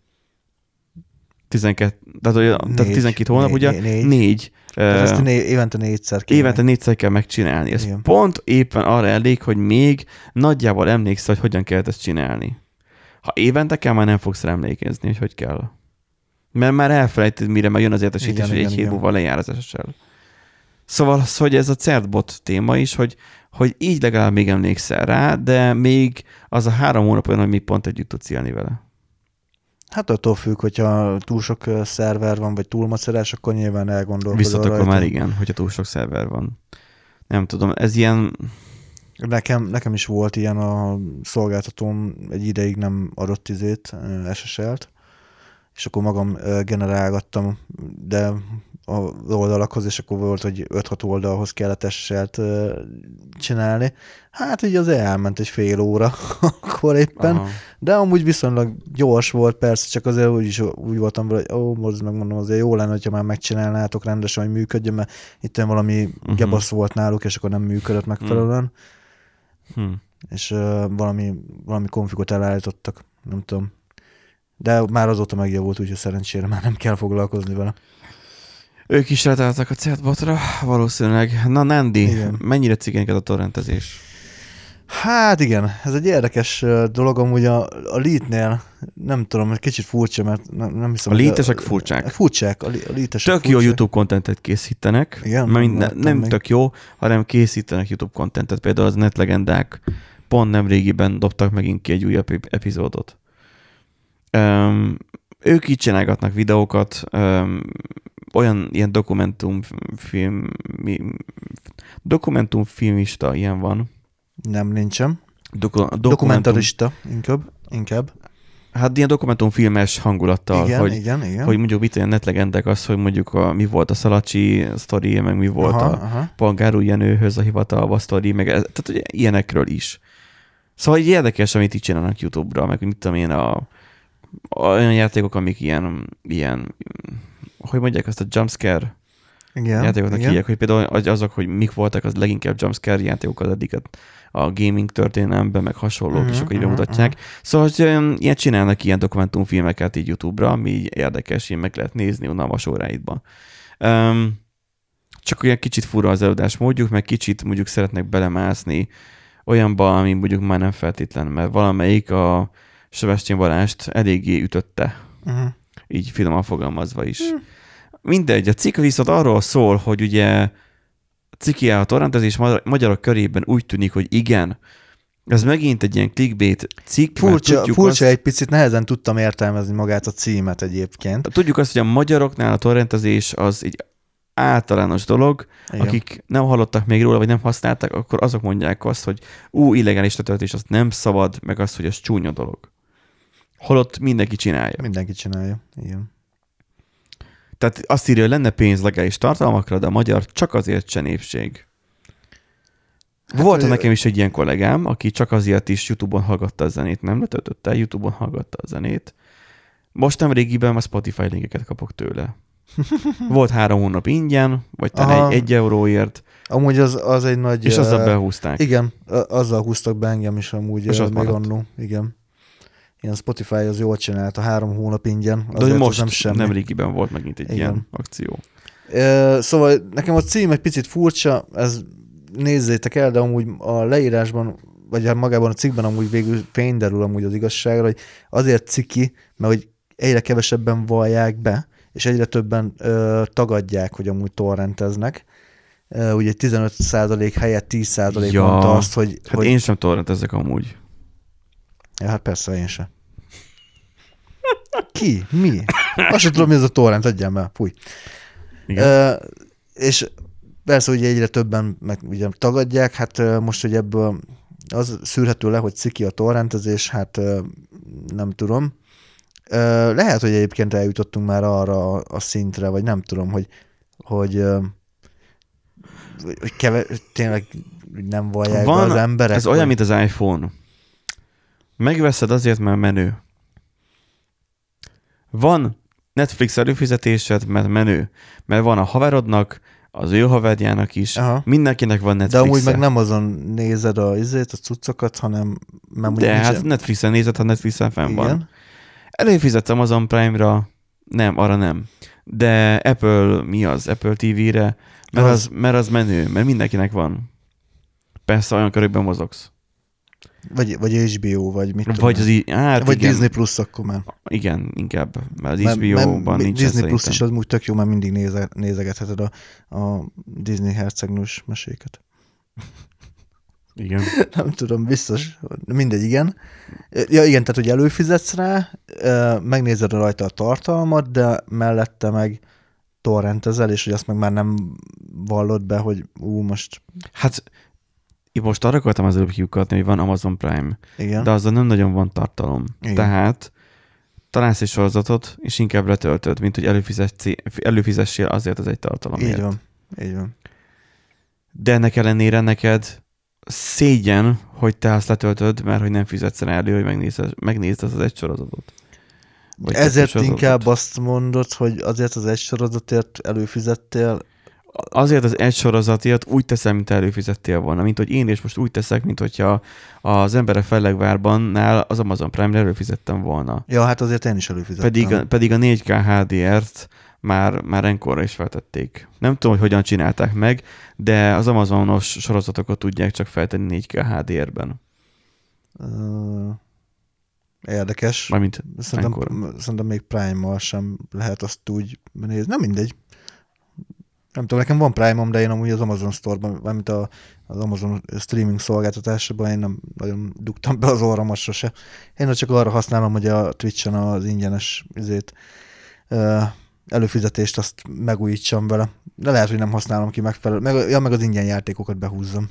S1: 12 hónap, ugye? 4.
S2: Ezt évente 4-szer kell.
S1: Évente 4-szer kell megcsinálni. Ez
S2: igen.
S1: Pont éppen arra elég, hogy még nagyjából emlékszel, hogy hogyan kell ezt csinálni. Ha évente kell, már nem fogsz rá emlékezni, hogy kell. Mert már elfelejted, mire már jön az értesítés, hogy egy hét múlva lejár az SSL. Szóval az, hogy ez a CERT-bot téma is, hogy így legalább még emlékszel rá, de még az a 3 hónap olyan, hogy még pont együtt tudsz élni vele.
S2: Hát attól függ, hogyha túl sok szerver van, vagy túl macerás, akkor nyilván elgondolkozol
S1: viszont
S2: rajta.
S1: akkor már igen, hogyha túl sok szerver van. Nem tudom, ez ilyen...
S2: Nekem is volt ilyen, a szolgáltatóm egy ideig nem adott SSL-t, és akkor magam generálgattam, de az oldalakhoz, és akkor volt, hogy 5-6 oldalhoz kellett SSL-t csinálni. Hát így az elment egy fél óra akkor éppen, aha. De amúgy viszonylag gyors volt, persze, csak azért úgy voltam vele, hogy most megmondom, azért jó lenne, hogyha már megcsinálnátok rendesen, hogy működjön, mert itt valami gebasz volt náluk, és akkor nem működött megfelelően. És valami konfigot elállítottak, nem tudom. De már azóta megjavult, úgyhogy szerencsére már nem kell foglalkozni vele.
S1: Ők is rátaláltak a chatbotra, valószínűleg. Na, Nandi, igen. Mennyire cigenked a torrentezés?
S2: Hát igen, ez egy érdekes dolog, amúgy a lead-nél nem tudom, egy kicsit furcsa, mert nem hiszem...
S1: A lead-esek furcsák.
S2: Furcsák, a lead-esek
S1: tök jó YouTube kontentet készítenek. Igen, nem tök jó, hanem készítenek YouTube kontentet. Például az Netlegendák pont nemrégiben dobtak megint ki egy újabb epizódot. Ők így csinálgatnak videókat, olyan ilyen dokumentumfilmista ilyen van.
S2: Nem, nincsen. Dokumentarista inkább.
S1: Hát ilyen dokumentumfilmes hangulattal,
S2: igen.
S1: Hogy mondjuk mit olyan netlegendek az, hogy mondjuk mi volt a Szalacsi sztori, meg mi volt a Polgárú Jenőhöz a hivatalba sztori, meg tehát ugye, ilyenekről is. Szóval így érdekes, amit így csinálnak YouTube-ra, meg mit tudom én, olyan játékok, amik ilyen hogy mondják azt a jumpscare
S2: Igen,
S1: játékoknak
S2: igen.
S1: hívják, hogy például azok, hogy mik voltak, az leginkább jumpscare játékok az eddig a gaming történelemben, meg hasonlók, és akkor így bemutatják. Szóval, hogy ilyet csinálnak ilyen dokumentumfilmeket így YouTube-ra, ami így érdekes, így meg lehet nézni unalmas óráidban. Csak olyan kicsit fura az előadás módjuk, meg kicsit mondjuk szeretnek belemászni olyanba, ami mondjuk már nem feltétlen, mert valamelyik a Sebestyén Balást eléggé ütötte, így finoman fogalmazva is. Mindegy, a cikk viszont arról szól, hogy ugye ciki a torrentezés magyarok körében úgy tűnik, hogy igen, ez megint egy ilyen clickbait cikk.
S2: Furcsa egy picit, nehezen tudtam értelmezni magát a címet egyébként.
S1: Tudjuk azt, hogy a magyaroknál a torrentezés az egy általános dolog, igen. Akik nem hallottak még róla, vagy nem használták, akkor azok mondják azt, hogy illegális letöltés, azt nem szabad, meg azt, hogy ez csúnya dolog. Holott mindenki csinálja.
S2: Mindenki csinálja, igen.
S1: Tehát azt írja, hogy lenne pénz legális tartalmakra, de a magyar csak azért se népség. Volt nekem is egy ilyen kollégám, aki csak azért is YouTube-on hallgatta a zenét, nem letöltötte, YouTube-on hallgatta a zenét. Most nem régiben a Spotify linkeket kapok tőle. Volt 3 hónap ingyen, vagy talán 1 euróért.
S2: Amúgy az egy nagy...
S1: És azzal behúzták.
S2: Igen, azzal húztak be engem is amúgy.
S1: És az
S2: még annó. Igen. Ilyen Spotify az jól csinált, a 3 hónap ingyen.
S1: De most nem régiben volt megint egy ilyen akció.
S2: Szóval nekem a cím egy picit furcsa, ez nézzétek el, de amúgy a leírásban, vagy magában a cikkben amúgy végül fény derül amúgy az igazságra, hogy azért ciki, mert hogy egyre kevesebben vallják be, és egyre többen tagadják, hogy amúgy torrenteznek. Ugye 15% helyett 10% mondta azt, hogy...
S1: Hát én sem torrentezek amúgy.
S2: Ja, hát persze, én sem. Ki? Mi? Azt sem tudom, mi ez a torrent, adjál már, fúj. És persze, ugye egyre többen meg ugye tagadják, hát most, hogy ebből az szűrhető le, hogy ciki a torrentezés, hát nem tudom. Lehet, hogy egyébként eljutottunk már arra a szintre, vagy nem tudom, hogy tényleg nem vallják be az emberek.
S1: Ez olyan, mint az iPhone. Megveszed azért, mert menő. Van Netflix előfizetésed, mert menő. Mert van a haverodnak, az ő haverjának is. Aha. Mindenkinek van Netflix-e.
S2: De amúgy meg nem azon nézed a cuccokat, hanem...
S1: De hát Netflixen nézed, ha Netflixen fenn van. Előfizetsz Amazon Prime-ra, nem, arra nem. De Apple, mi az? Apple TV-re, mert az menő, mert mindenkinek van. Persze olyan körülben mozogsz.
S2: Vagy HBO, vagy mit
S1: vagy
S2: tudom. Vagy
S1: igen.
S2: Disney Plus akkor már.
S1: Igen, inkább. Mert az HBO-ban nincs.
S2: Disney Plus is az úgy tök jó, mert mindig nézegetheted a Disney hercegnős meséket.
S1: Igen.
S2: Nem tudom, biztos. Mindegy, igen. Ja, igen, tehát, hogy előfizetsz rá, megnézed rajta a tartalmat, de mellette meg torrentezel, és hogy azt meg már nem vallod be, hogy most...
S1: Hát én most arra akartam az előbb kiukatni, hogy van Amazon Prime,
S2: igen.
S1: De azzal nem nagyon van tartalom. Igen. Tehát találsz egy sorozatot, és inkább letöltöd, mint hogy előfizessél azért az egy tartalomért.
S2: Így van. De
S1: ennek ellenére neked szégyen, hogy te azt letöltöd, mert hogy nem fizetsz rá elő, hogy megnézd az egy sorozatot.
S2: Vagy ezért inkább azt mondod, hogy azért az egy sorozatért előfizettél.
S1: Azért az egy sorozatért úgy teszel, mint előfizettél volna. Mint hogy én is most úgy teszek, mint hogyha az Emberek Fellegvárbannál az Amazon Prime-re előfizettem volna.
S2: Ja, hát azért én is előfizettem.
S1: Pedig a 4K HDR-t már enkorra is feltették. Nem tudom, hogy hogyan csinálták meg, de az Amazonos sorozatokat tudják csak feltenni 4K HDR-ben.
S2: Érdekes.
S1: Mármint
S2: szerintem még Prime-mal sem lehet azt úgy nézni. Nem mindegy. Nem tudom, nekem van Prime-om, de én amúgy az Amazon Store-ban, mármint az Amazon streaming szolgáltatásában én nem nagyon dugtam be az orromat sose. Én csak arra használom, hogy a Twitch-en az ingyenes előfizetést azt megújítsam vele. De lehet, hogy nem használom ki megfelelően. Meg az ingyen játékokat behúzzam.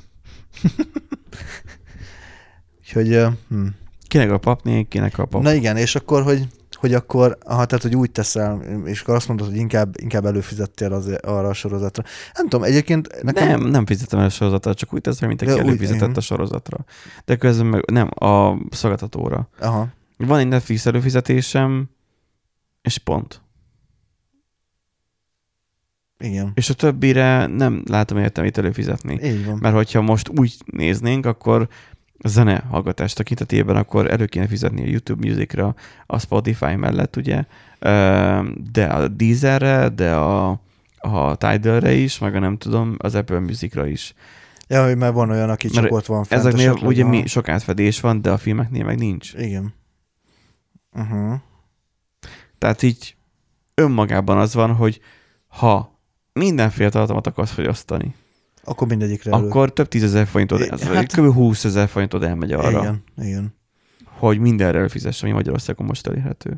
S2: Úgyhogy...
S1: Kinek a papné, kinek a pap.
S2: Na igen, és akkor, hogy akkor, tehát, hogy úgy teszel, és akkor azt mondod, hogy inkább előfizettél arra a sorozatra. Nem tudom, egyébként
S1: nekem... Nem fizettem el a sorozatra, csak úgy teszem, mint aki előfizetett a sorozatra. De közben meg nem, a szolgáltatóra.
S2: Aha.
S1: Van egy Netflix előfizetésem, és pont.
S2: Igen.
S1: És a többire nem látom értelmét előfizetni.
S2: Így van.
S1: Mert hogyha most úgy néznénk, akkor a zene hallgatás tekintetében akkor elő kéne fizetni a YouTube Musicra, a Spotify mellett, ugye, de a Deezerre, de a Tidalre is, meg a nem tudom, az Apple Musicra is.
S2: Ja, mert van olyan, aki csak
S1: Mert
S2: ott van fent.
S1: ezeknél
S2: esetleg,
S1: ugye sok átfedés van, de a filmeknél meg nincs.
S2: Igen. Uh-huh.
S1: Tehát így önmagában az van, hogy ha mindenféle tartalmat akarsz fogyasztani,
S2: Akkor mindegyikre elő.
S1: akkor több 10 000 forintot, kb. 20 000 forintot elmegy arra,
S2: Igen.
S1: hogy mindenre előfizesse, ami Magyarországon most elérhető.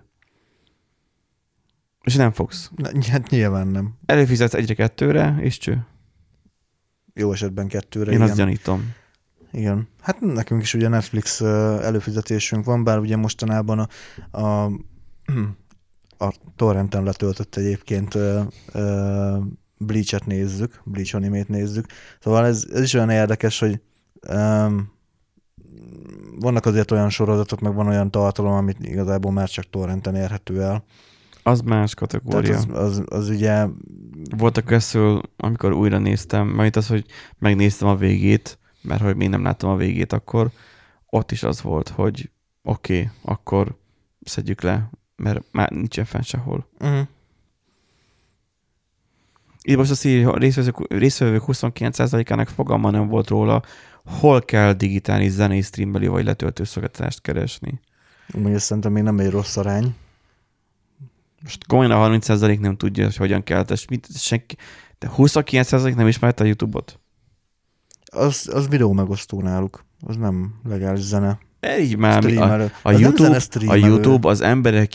S1: És nem fogsz.
S2: Hát nyilván nem.
S1: Előfizetsz 1-2-re, és cső.
S2: Jó esetben 2-re.
S1: Én
S2: igen.
S1: azt gyanítom.
S2: Igen. Hát nekünk is ugye Netflix előfizetésünk van, bár ugye mostanában a torrenten letöltött egyébként Bleach-et nézzük, Bleach animét nézzük. Szóval ez is olyan érdekes, hogy vannak azért olyan sorozatok, meg van olyan tartalom, amit igazából már csak torrenten érhető el.
S1: Az más kategória.
S2: Tehát az ugye...
S1: Volt a Castle, amikor újra néztem, majd az, hogy megnéztem a végét, mert hogy még nem láttam a végét akkor, ott is az volt, hogy oké, akkor szedjük le, mert már nincsen fenn sehol.
S2: Uh-huh.
S1: Itt most a részvevők 29%-ának fogalma nem volt róla, hol kell digitális zenei streamelő vagy letöltő szolgáltatást keresni.
S2: Úgy szerintem még nem egy rossz arány.
S1: Most komolyan a 30% nem tudja, hogy hogyan kell. De 29% nem ismerte a YouTube-ot?
S2: Az videó megosztó náluk. Az nem legális zene.
S1: Így már a YouTube az emberek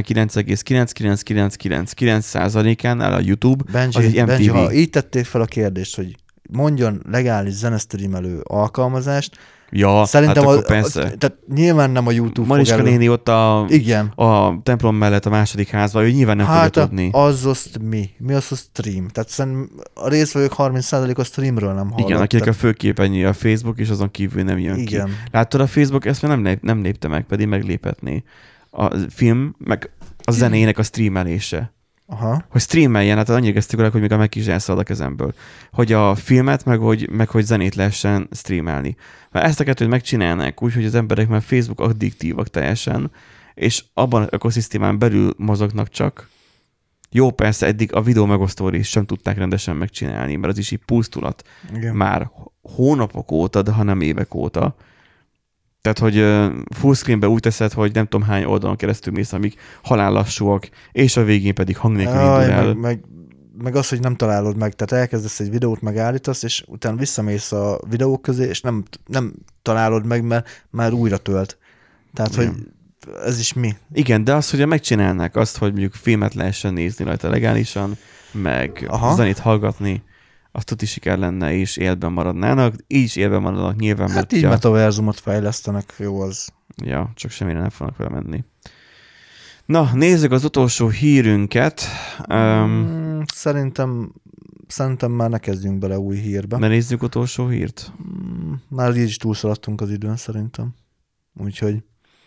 S1: 99,99999%-ánál a YouTube
S2: Benji,
S1: az egy MTV.
S2: Benji, ha így tették fel a kérdést, hogy mondjon legális zenestreamelő alkalmazást,
S1: ja,
S2: szerintem
S1: hát akkor persze.
S2: Tehát nyilván nem a YouTube
S1: Mariska néni ott
S2: igen.
S1: a templom mellett a második házban, ő nyilván nem fogja tudni.
S2: Az azt mi az a stream? Tehát szerintem a részvevők 30% a streamről nem hallott.
S1: Igen, akinek a főképernyő a Facebook, és azon kívül nem jön
S2: igen.
S1: ki. Láttad, a Facebook ezt már nem lépte meg, pedig megléphetné. A film, meg a zenének a streamelése.
S2: Aha.
S1: Hogy streameljen, hát annyira kezdtük el, hogy még a meg is elszalad a kezemből. Hogy a filmet, meg hogy zenét lehessen streamelni. Mert ezt a kettőt megcsinálnák úgy, hogy az emberek már Facebook addiktívak teljesen, és abban az ökoszisztémán belül mozognak csak. Jó, persze eddig a videó megosztó részt sem tudták rendesen megcsinálni, mert az is így pusztulat. Igen. Már hónapok óta, de ha nem évek óta. Tehát, hogy full screenbe úgy teszed, hogy nem tudom hány oldalon keresztül mész, amíg halállassúak, és a végén pedig hang nélkül indul el.
S2: Meg az, hogy nem találod meg, tehát elkezdesz egy videót, megállítasz, és utána visszamész a videók közé, és nem találod meg, mert már újra tölt. Tehát, igen. Hogy ez is mi? Igen, de az, hogy megcsinálnák azt, hogy mondjuk filmet lehessen nézni rajta legálisan, meg zenét hallgatni, az tuti siker lenne, és életben maradnának. Így is életben maradnak nyilván. Hát így metaverzumot fejlesztenek, jó az. Ja, csak semmire nem fognak vele menni. Na, nézzük az utolsó hírünket. Szerintem már ne kezdjünk bele új hírbe. Ne nézzük utolsó hírt? Már így is túlszaladtunk az időn, szerintem. Úgyhogy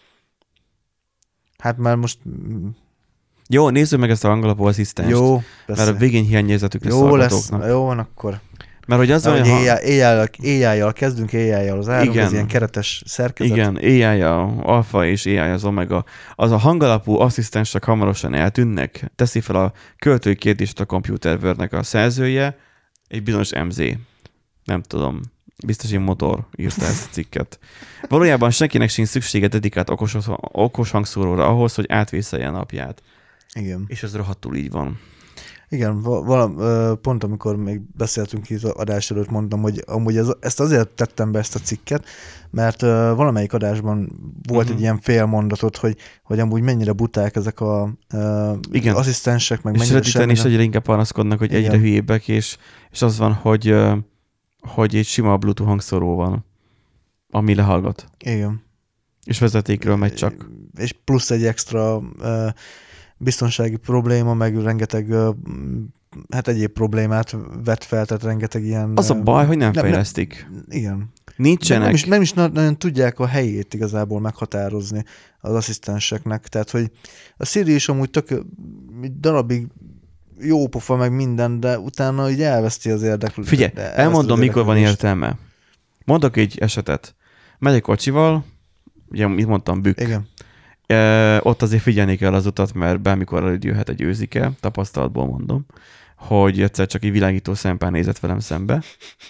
S2: hát már most... Jó, nézzük meg ezt a hangalapú asszisztenst. Jó, persze. Mert a végén hiányérzetük lesz hallgatóknak. Jó van akkor. Mert hogy az olyan... AI-jal kezdünk, AI-jal az árunk, ez ilyen keretes szerkezet. Igen, AI-jal, alfa és AI az omega. Az a hangalapú asszisztensek hamarosan eltűnnek, teszi fel a költői kérdést a Computer World-nek a szerzője, egy bizonyos MZ. Nem tudom, biztos egy motor írta ezt a cikket. Valójában senkinek sincs szüksége dedikált okos hangszóróra ahhoz, hogy átvészelje a napját. Igen. És ez rohadtul így van. Igen, pont amikor még beszéltünk így az adás előtt, mondtam, hogy amúgy ezt azért tettem be ezt a cikket, mert valamelyik adásban volt egy ilyen félmondatot, hogy amúgy mennyire buták ezek a asszisztensek, meg mennyire semmire. És egyre inkább panaszkodnak, hogy egyre hülyébbek, és az van, hogy egy sima Bluetooth hangszóró van, ami lehallgat. Igen. És vezetékről megy csak. És plusz egy extra... biztonsági probléma, meg rengeteg egyéb problémát vet fel, tehát rengeteg ilyen... Az a baj, hogy nem fejlesztik. Igen. Nincsenek. Nem is nagyon tudják a helyét igazából meghatározni az asszisztenseknek, tehát hogy a Siri is amúgy darabig jó pofa, meg minden, de utána így elveszti az érdeklődést.
S1: Figyelj, elmondom, mikor van értelme. Mondok egy esetet. Megyek kocsival, ugye, mit mondtam, bükk.
S2: Igen.
S1: Ott azért figyelni kell az utat, mert bármikor előjöhet egy őzike, tapasztalatból mondom, hogy egyszer csak egy világító szempár nézett velem szembe.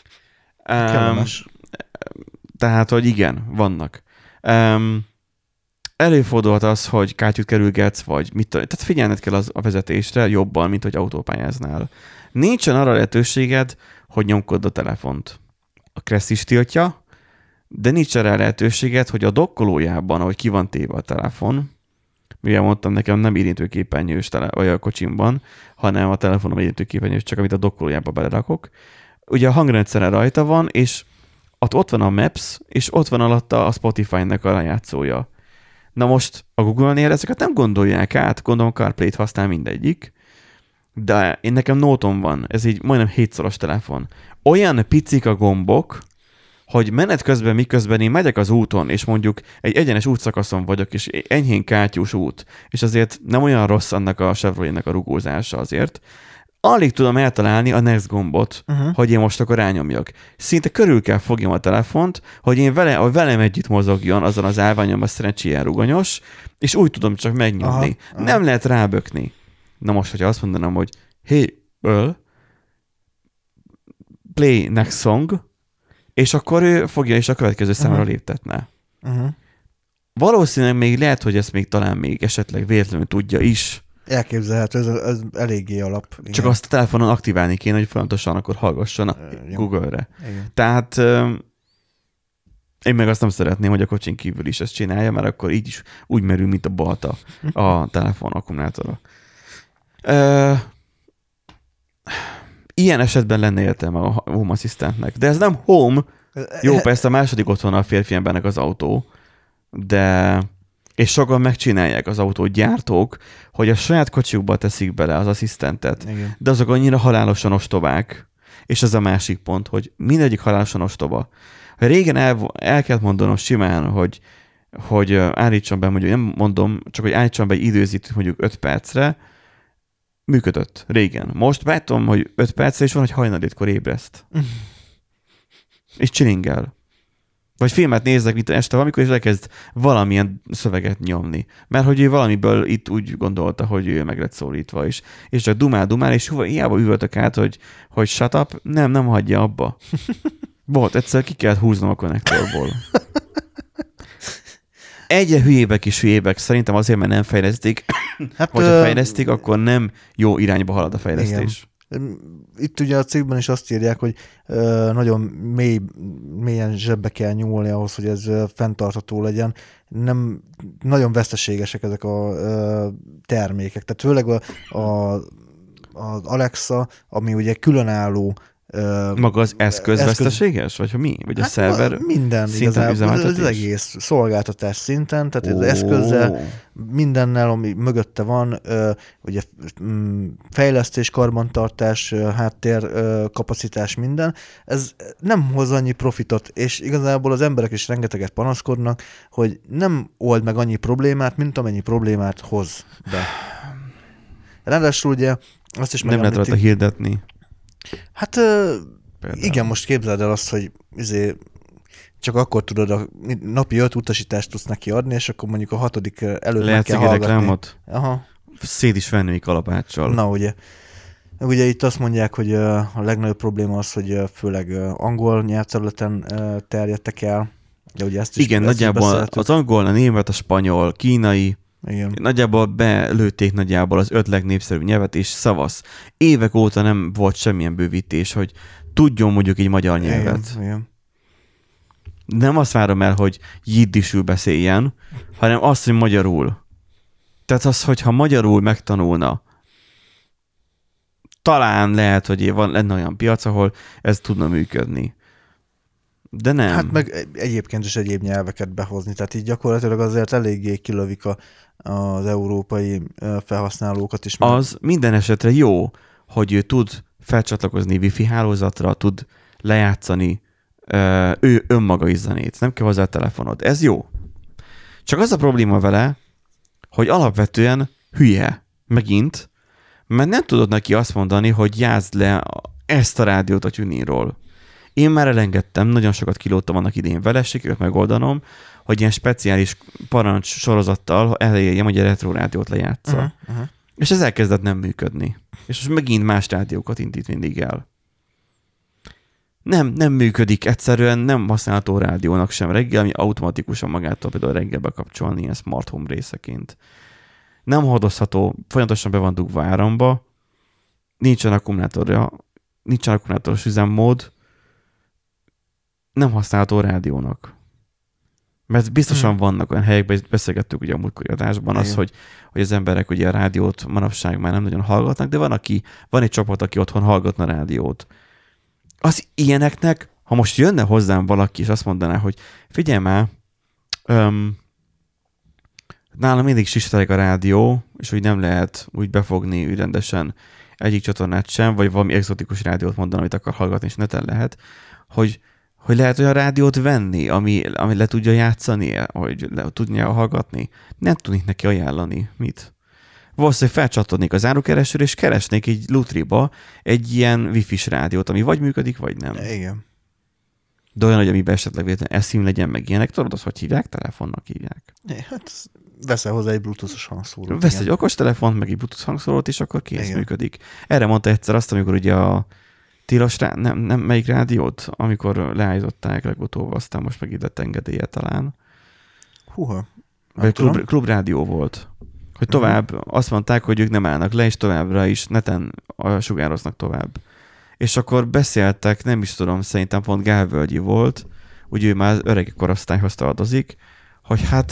S1: Tehát, hogy igen, vannak. Előfordulhat az, hogy kátyút kerülgetsz, vagy mit tudom. Tehát figyelned kell a vezetésre jobban, mint hogy autópályáznál. Nincsen arra lehetőséged, hogy nyomkod a telefont. A Kressz is tiltja, de nincs arra lehetőséged, hogy a dokkolójában, ahogy ki van téve a telefon, mivel mondtam, nekem nem érintőképernyős vagy a kocsimban, hanem a telefonom érintőképernyős, csak amit a dokkolójába belerakok. Ugye a hangrendszeren rajta van, és ott van a Maps, és ott van alatta a Spotify-nek a lejátszója. Na most a Google-nél ezeket nem gondolják át, gondolom CarPlay-t használ mindegyik, de én nekem Note-on van, ez így majdnem 7-szoros telefon. Olyan picik a gombok, hogy menet közben, miközben én megyek az úton, és mondjuk egy egyenes útszakaszon vagyok, és enyhén kátyús út, és azért nem olyan rossz annak a Chevrolet-nek a rugózása azért, alig tudom eltalálni a next gombot, hogy én most akkor rányomjak. Szinte körül kell fogjam a telefont, hogy én velem együtt mozogjon azon az állványon, a szerencséjén rugonyos, és úgy tudom csak megnyomni. Nem lehet rábökni. Na most, hogyha azt mondanám, hogy hey, play next song, és akkor ő fogja és a következő számra léptetne. Valószínűleg még lehet, hogy ezt még talán még esetleg véletlenül tudja is.
S2: Elképzelhető, ez eléggé alap. Igen.
S1: Csak azt a telefonon aktiválni kéne, hogy folyamatosan akkor hallgasson Google-re. Igen. Tehát én meg azt nem szeretném, hogy a kocsin kívül is ezt csinálja, mert akkor így is úgy merül, mint a balta a telefon akkumulátora. Ilyen esetben lenne értelme a Home Assistantnek. De ez nem Home. Jó, persze a második otthon a férfi embernek az autó, de... És sokan megcsinálják az autógyártók, hogy a saját kocsijukba teszik bele az asszisztentet. Igen. De azok annyira halálosan ostobák. És ez a másik pont, hogy mindegyik halálosan ostoba. Régen el kellett mondanom simán, hogy állítsam be, mondjuk nem mondom, csak hogy állítsam be egy időzítőt mondjuk 5 percre, működött régen. Most látom, hogy 5 percre is van, hogy hajnal 5-kor ébreszt. És csilingel. Vagy filmet nézzek itt este valamikor, és elkezd valamilyen szöveget nyomni. Mert hogy ő valamiből itt úgy gondolta, hogy ő meg lett szólítva is. És csak dumál, és hiába üvöltök át, hogy shut up, nem hagyja abba. Volt, egyszer ki kellett húznom a konnektorból. Egyre hülyébbek, szerintem azért, mert nem fejlesztik. Hát, hogyha fejlesztik, akkor nem jó irányba halad a fejlesztés. Igen.
S2: Itt ugye a cikkben is azt írják, hogy nagyon mélyen zsebbe kell nyúlni ahhoz, hogy ez fenntartható legyen. Nem, nagyon veszteségesek ezek a termékek. Tehát főleg az Alexa, ami ugye különálló
S1: maga az eszköz veszteséges? Vagy mi? Vagy a szerver
S2: minden igazából, az egész szolgáltatás szinten, tehát az eszközzel, mindennel, ami mögötte van, ugye fejlesztés, karbantartás, háttér, kapacitás, minden, ez nem hoz annyi profitot, és igazából az emberek is rengeteget panaszkodnak, hogy nem old meg annyi problémát, mint amennyi problémát hoz be. Ráadásul ugye azt is
S1: nem lehet rajta hirdetni.
S2: Hát igen, most képzeld el azt, hogy csak akkor tudod, napi 5 utasítást tudsz neki adni, és akkor mondjuk a 6. előtt meg kell hallgatni.
S1: Reklámot? Aha. Szét is venni kalapáccsal.
S2: Na ugye. Ugye itt azt mondják, hogy a legnagyobb probléma az, hogy főleg angol nyelvterületen terjedtek el. De ugye ezt is
S1: igen, nagyjából az angol, a német, a spanyol, kínai, igen. Nagyjából belőtték az 5 legnépszerűbb nyelvet, és szavasz. Évek óta nem volt semmilyen bővítés, hogy tudjon mondjuk egy magyar nyelvet.
S2: Igen.
S1: Nem azt várom el, hogy jiddisül beszéljen, hanem azt, hogy magyarul. Tehát az, hogyha magyarul megtanulna, talán lehet, hogy lenne olyan piac, ahol ez tudna működni. De nem.
S2: Hát meg egyébként is egyéb nyelveket behozni, tehát így gyakorlatilag azért eléggé kilövik az európai felhasználókat is.
S1: Az minden esetre jó, hogy ő tud felcsatlakozni wifi hálózatra, tud lejátszani ő önmaga is zenét, nem kell hozzá a telefonod. Ez jó. Csak az a probléma vele, hogy alapvetően hülye. Megint, Mert nem tudod neki azt mondani, hogy játszd le ezt a rádiót a TuneInról. Én már elengedtem, nagyon sokat kilóttam annak idén vele, sikerült megoldanom, hogy ilyen speciális parancs sorozattal elérjem, hogy a retro rádiót lejátsza. És ez elkezdett nem működni. És most megint más rádiókat indít mindig el. Nem működik, egyszerűen nem használható rádiónak sem reggel, ami automatikusan magától például reggelbe bekapcsolni ilyen smart home részeként. Nem hordozható, folyamatosan be van dugva áramba, nincsen akkumulátoros üzemmód, nem használható rádiónak. Mert biztosan vannak olyan helyekben, beszélgettük ugye a múltkori adásban, az, hogy az emberek ugye a rádiót manapság már nem nagyon hallgatnak, de van egy csapat, aki otthon hallgatna rádiót. Az ilyeneknek, ha most jönne hozzám valaki, és azt mondaná, hogy figyelj már, nálam mindig sistereg a rádió, és úgy nem lehet úgy befogni úgy rendesen egyik csatornát sem, vagy valami exotikus rádiót mondani, amit akar hallgatni, és neten lehet, hogy lehet olyan rádiót venni, ami le tudja játszani, hogy tudnia hallgatni. Nem tudnék neki ajánlani. Mit? Valószínűleg felcsatolnék az árukeresőre, és keresnék egy Lutriba egy ilyen wifi-s rádiót, ami vagy működik, vagy nem.
S2: Igen.
S1: De olyan, hogy amiben esetleg véletlenül eszím legyen, meg ilyenek. Tudod, azt hogy hívják? Telefonnak hívják.
S2: Hát veszel hozzá egy bluetooth-os hangszórót.
S1: Vesz egy okostelefont, meg egy bluetooth hangszórót, és akkor kész, igen, működik. Erre mondta egyszer azt, amikor ugye a tilos nem melyik rádiót, amikor leállították legutóbb, aztán most meg ide engedélye talán.
S2: Húha.
S1: Vagy klubrádió volt. Hogy tovább azt mondták, hogy ők nem állnak le, és továbbra is neten sugároznak tovább. És akkor beszéltek, nem is tudom, szerintem pont Gálvölgyi volt, úgy ő már az öreg korosztályhoz tartozik, hogy hát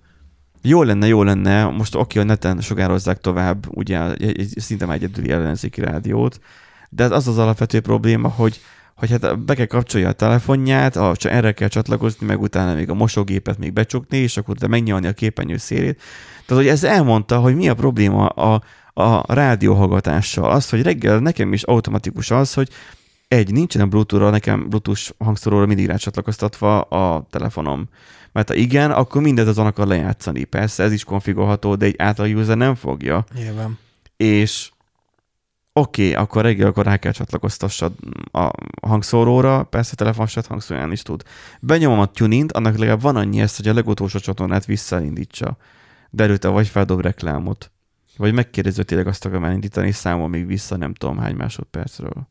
S1: jó lenne, most oké, a neten sugározzák tovább, ugye szinte már egyedüli ellenzéki rádiót, de az az alapvető probléma, hogy hát be kell kapcsolja a telefonját, erre kell csatlakozni, meg utána még a mosógépet még becsukni, és akkor utána megnyalni a képernyő szélét. Tehát, hogy ez elmondta, hogy mi a probléma a rádióhallgatással. Az, hogy reggel nekem is automatikus az, hogy nincsen Bluetooth-ra, nekem Bluetooth hangszóróra mindig rácsatlakoztatva a telefonom. Mert ha igen, akkor mindent azon akar lejátszani. Persze, ez is konfigurálható, de egy átlag user nem fogja.
S2: Nyilván.
S1: És oké, akkor reggel rá kell csatlakoztassad a hangszóróra, persze a telefonsat hangszórán is tud. Benyomom a TuneIn-t, annak legalább van annyi ezt, hogy a legutolsó csatornát visszaindítsa. De előtte vagy feldob reklámot, vagy megkérdező, tényleg azt akarom elindítani, és számol még vissza nem tudom hány másodpercről.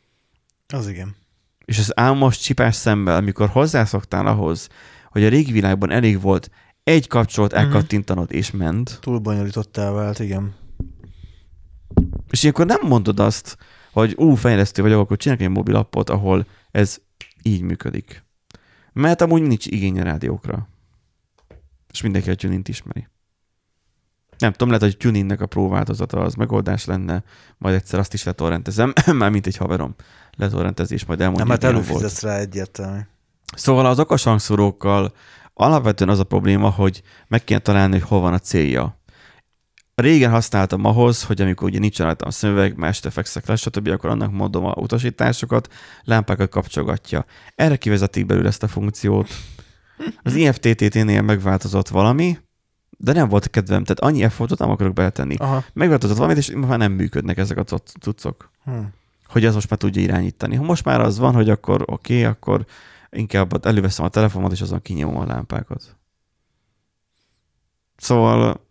S2: Az igen.
S1: És az álmos csipás szemmel, amikor hozzászoktál ahhoz, hogy a régi világban elég volt egy kapcsolat elkattintanod és ment.
S2: Túl bonyolítottál vált, igen.
S1: És ilyenkor nem mondod azt, hogy fejlesztő vagyok, akkor csinálj egy mobilappot, ahol ez így működik. Mert amúgy nincs igény a rádiókra. És mindenki a TuneIn-t ismeri. Nem tudom, lehet, hogy TuneIn-nek a próváltozata az megoldás lenne, majd egyszer azt is letorrentezem, már mint egy haverom. Letorrentezés, majd elmondja.
S2: Nem, hát előfizetsz rá egyértelmű.
S1: Szóval az okos hangszórókkal alapvetően az a probléma, hogy meg kéne találni, hogy hol van a célja. Régen használtam ahhoz, hogy amikor ugye nincsen rajtam szöveg, már este fekszek le, stb., akkor annak mondom a utasításokat, lámpákat kapcsogatja. Erre kivezetik belőle ezt a funkciót. Az IFTTT-nél megváltozott valami, de nem volt kedvem, tehát annyi effortot nem akarok beletenni. Aha. Megváltozott valamit, és már nem működnek ezek a cuccok. Hogy az most már tudja irányítani. Ha most már az van, hogy akkor oké, akkor inkább előveszem a telefonomat, és azon kinyomom a lámpákat. Szóval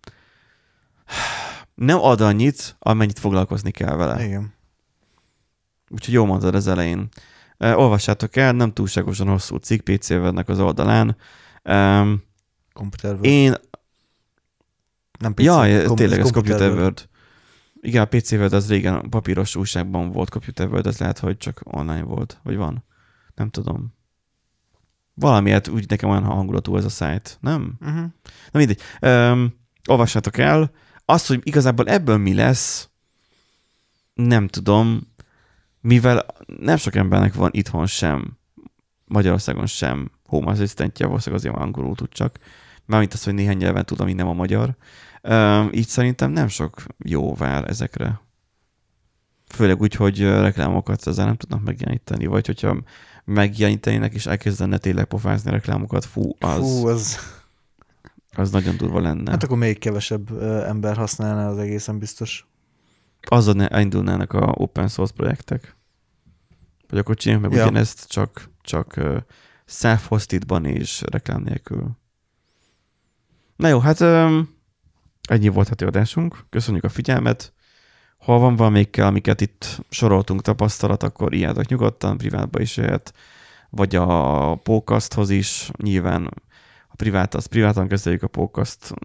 S1: nem ad annyit, amennyit foglalkozni kell vele.
S2: Igen.
S1: Úgyhogy jól mondtad az elején. Olvassátok el, nem túlságosan hosszú cikk, PC Wordnek az oldalán.
S2: Computer Word.
S1: Én...
S2: Nem PC,
S1: tényleg ez Computer Word. Igen, a PC Word az régen papíros újságban volt, Computer Word az lehet, hogy csak online volt, vagy van. Nem tudom. Valamiért úgy nekem olyan hangulatú ez a site, nem? Na mindegy. Olvassátok el. Azt, hogy igazából ebből mi lesz, nem tudom, mivel nem sok embernek van itthon sem, Magyarországon sem Home Assistantje, valószínűleg azért angolul tud csak, mármint az, hogy néhány nyelven tudom, hogy nem a magyar. Így szerintem nem sok jó vár ezekre. Főleg úgy, hogy reklámokat ezzel nem tudnak megjeleníteni, vagy hogyha megjelenítenének és elkezdene tényleg pofázni reklámokat, az nagyon durva lenne.
S2: Hát akkor még kevesebb ember használná, az egészen biztos.
S1: azzal indulnának a open source projektek. Vagy akkor csináljuk meg ugyanezt, csak self-hostedban és reklám nélkül. Na jó, hát ennyi volt a adásunk. Köszönjük a figyelmet. Ha van valamelyikkel, amiket itt soroltunk tapasztalat, akkor írjátok nyugodtan, privátba is jöhet, vagy a podcasthoz is. Nyilván a privátan kezeljük a podcastnak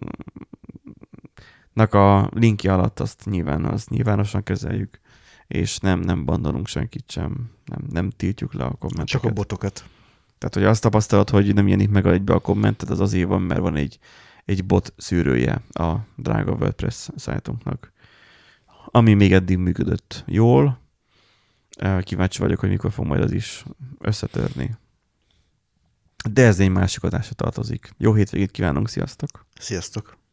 S1: a linkje alatt, azt nyilvánosan kezeljük, és nem bandolunk senkit sem, nem tiltjuk le a kommenteket.
S2: Csak a botokat.
S1: Tehát, hogy azt tapasztalod, hogy nem jelenik meg egybe a kommentet, az azért van, mert van egy bot szűrője a drága WordPress szájtunknak, ami még eddig működött jól. Kíváncsi vagyok, hogy mikor fog majd az is összetörni. De ez egy másik adásra tartozik. Jó hétvégét kívánunk, sziasztok!
S2: Sziasztok!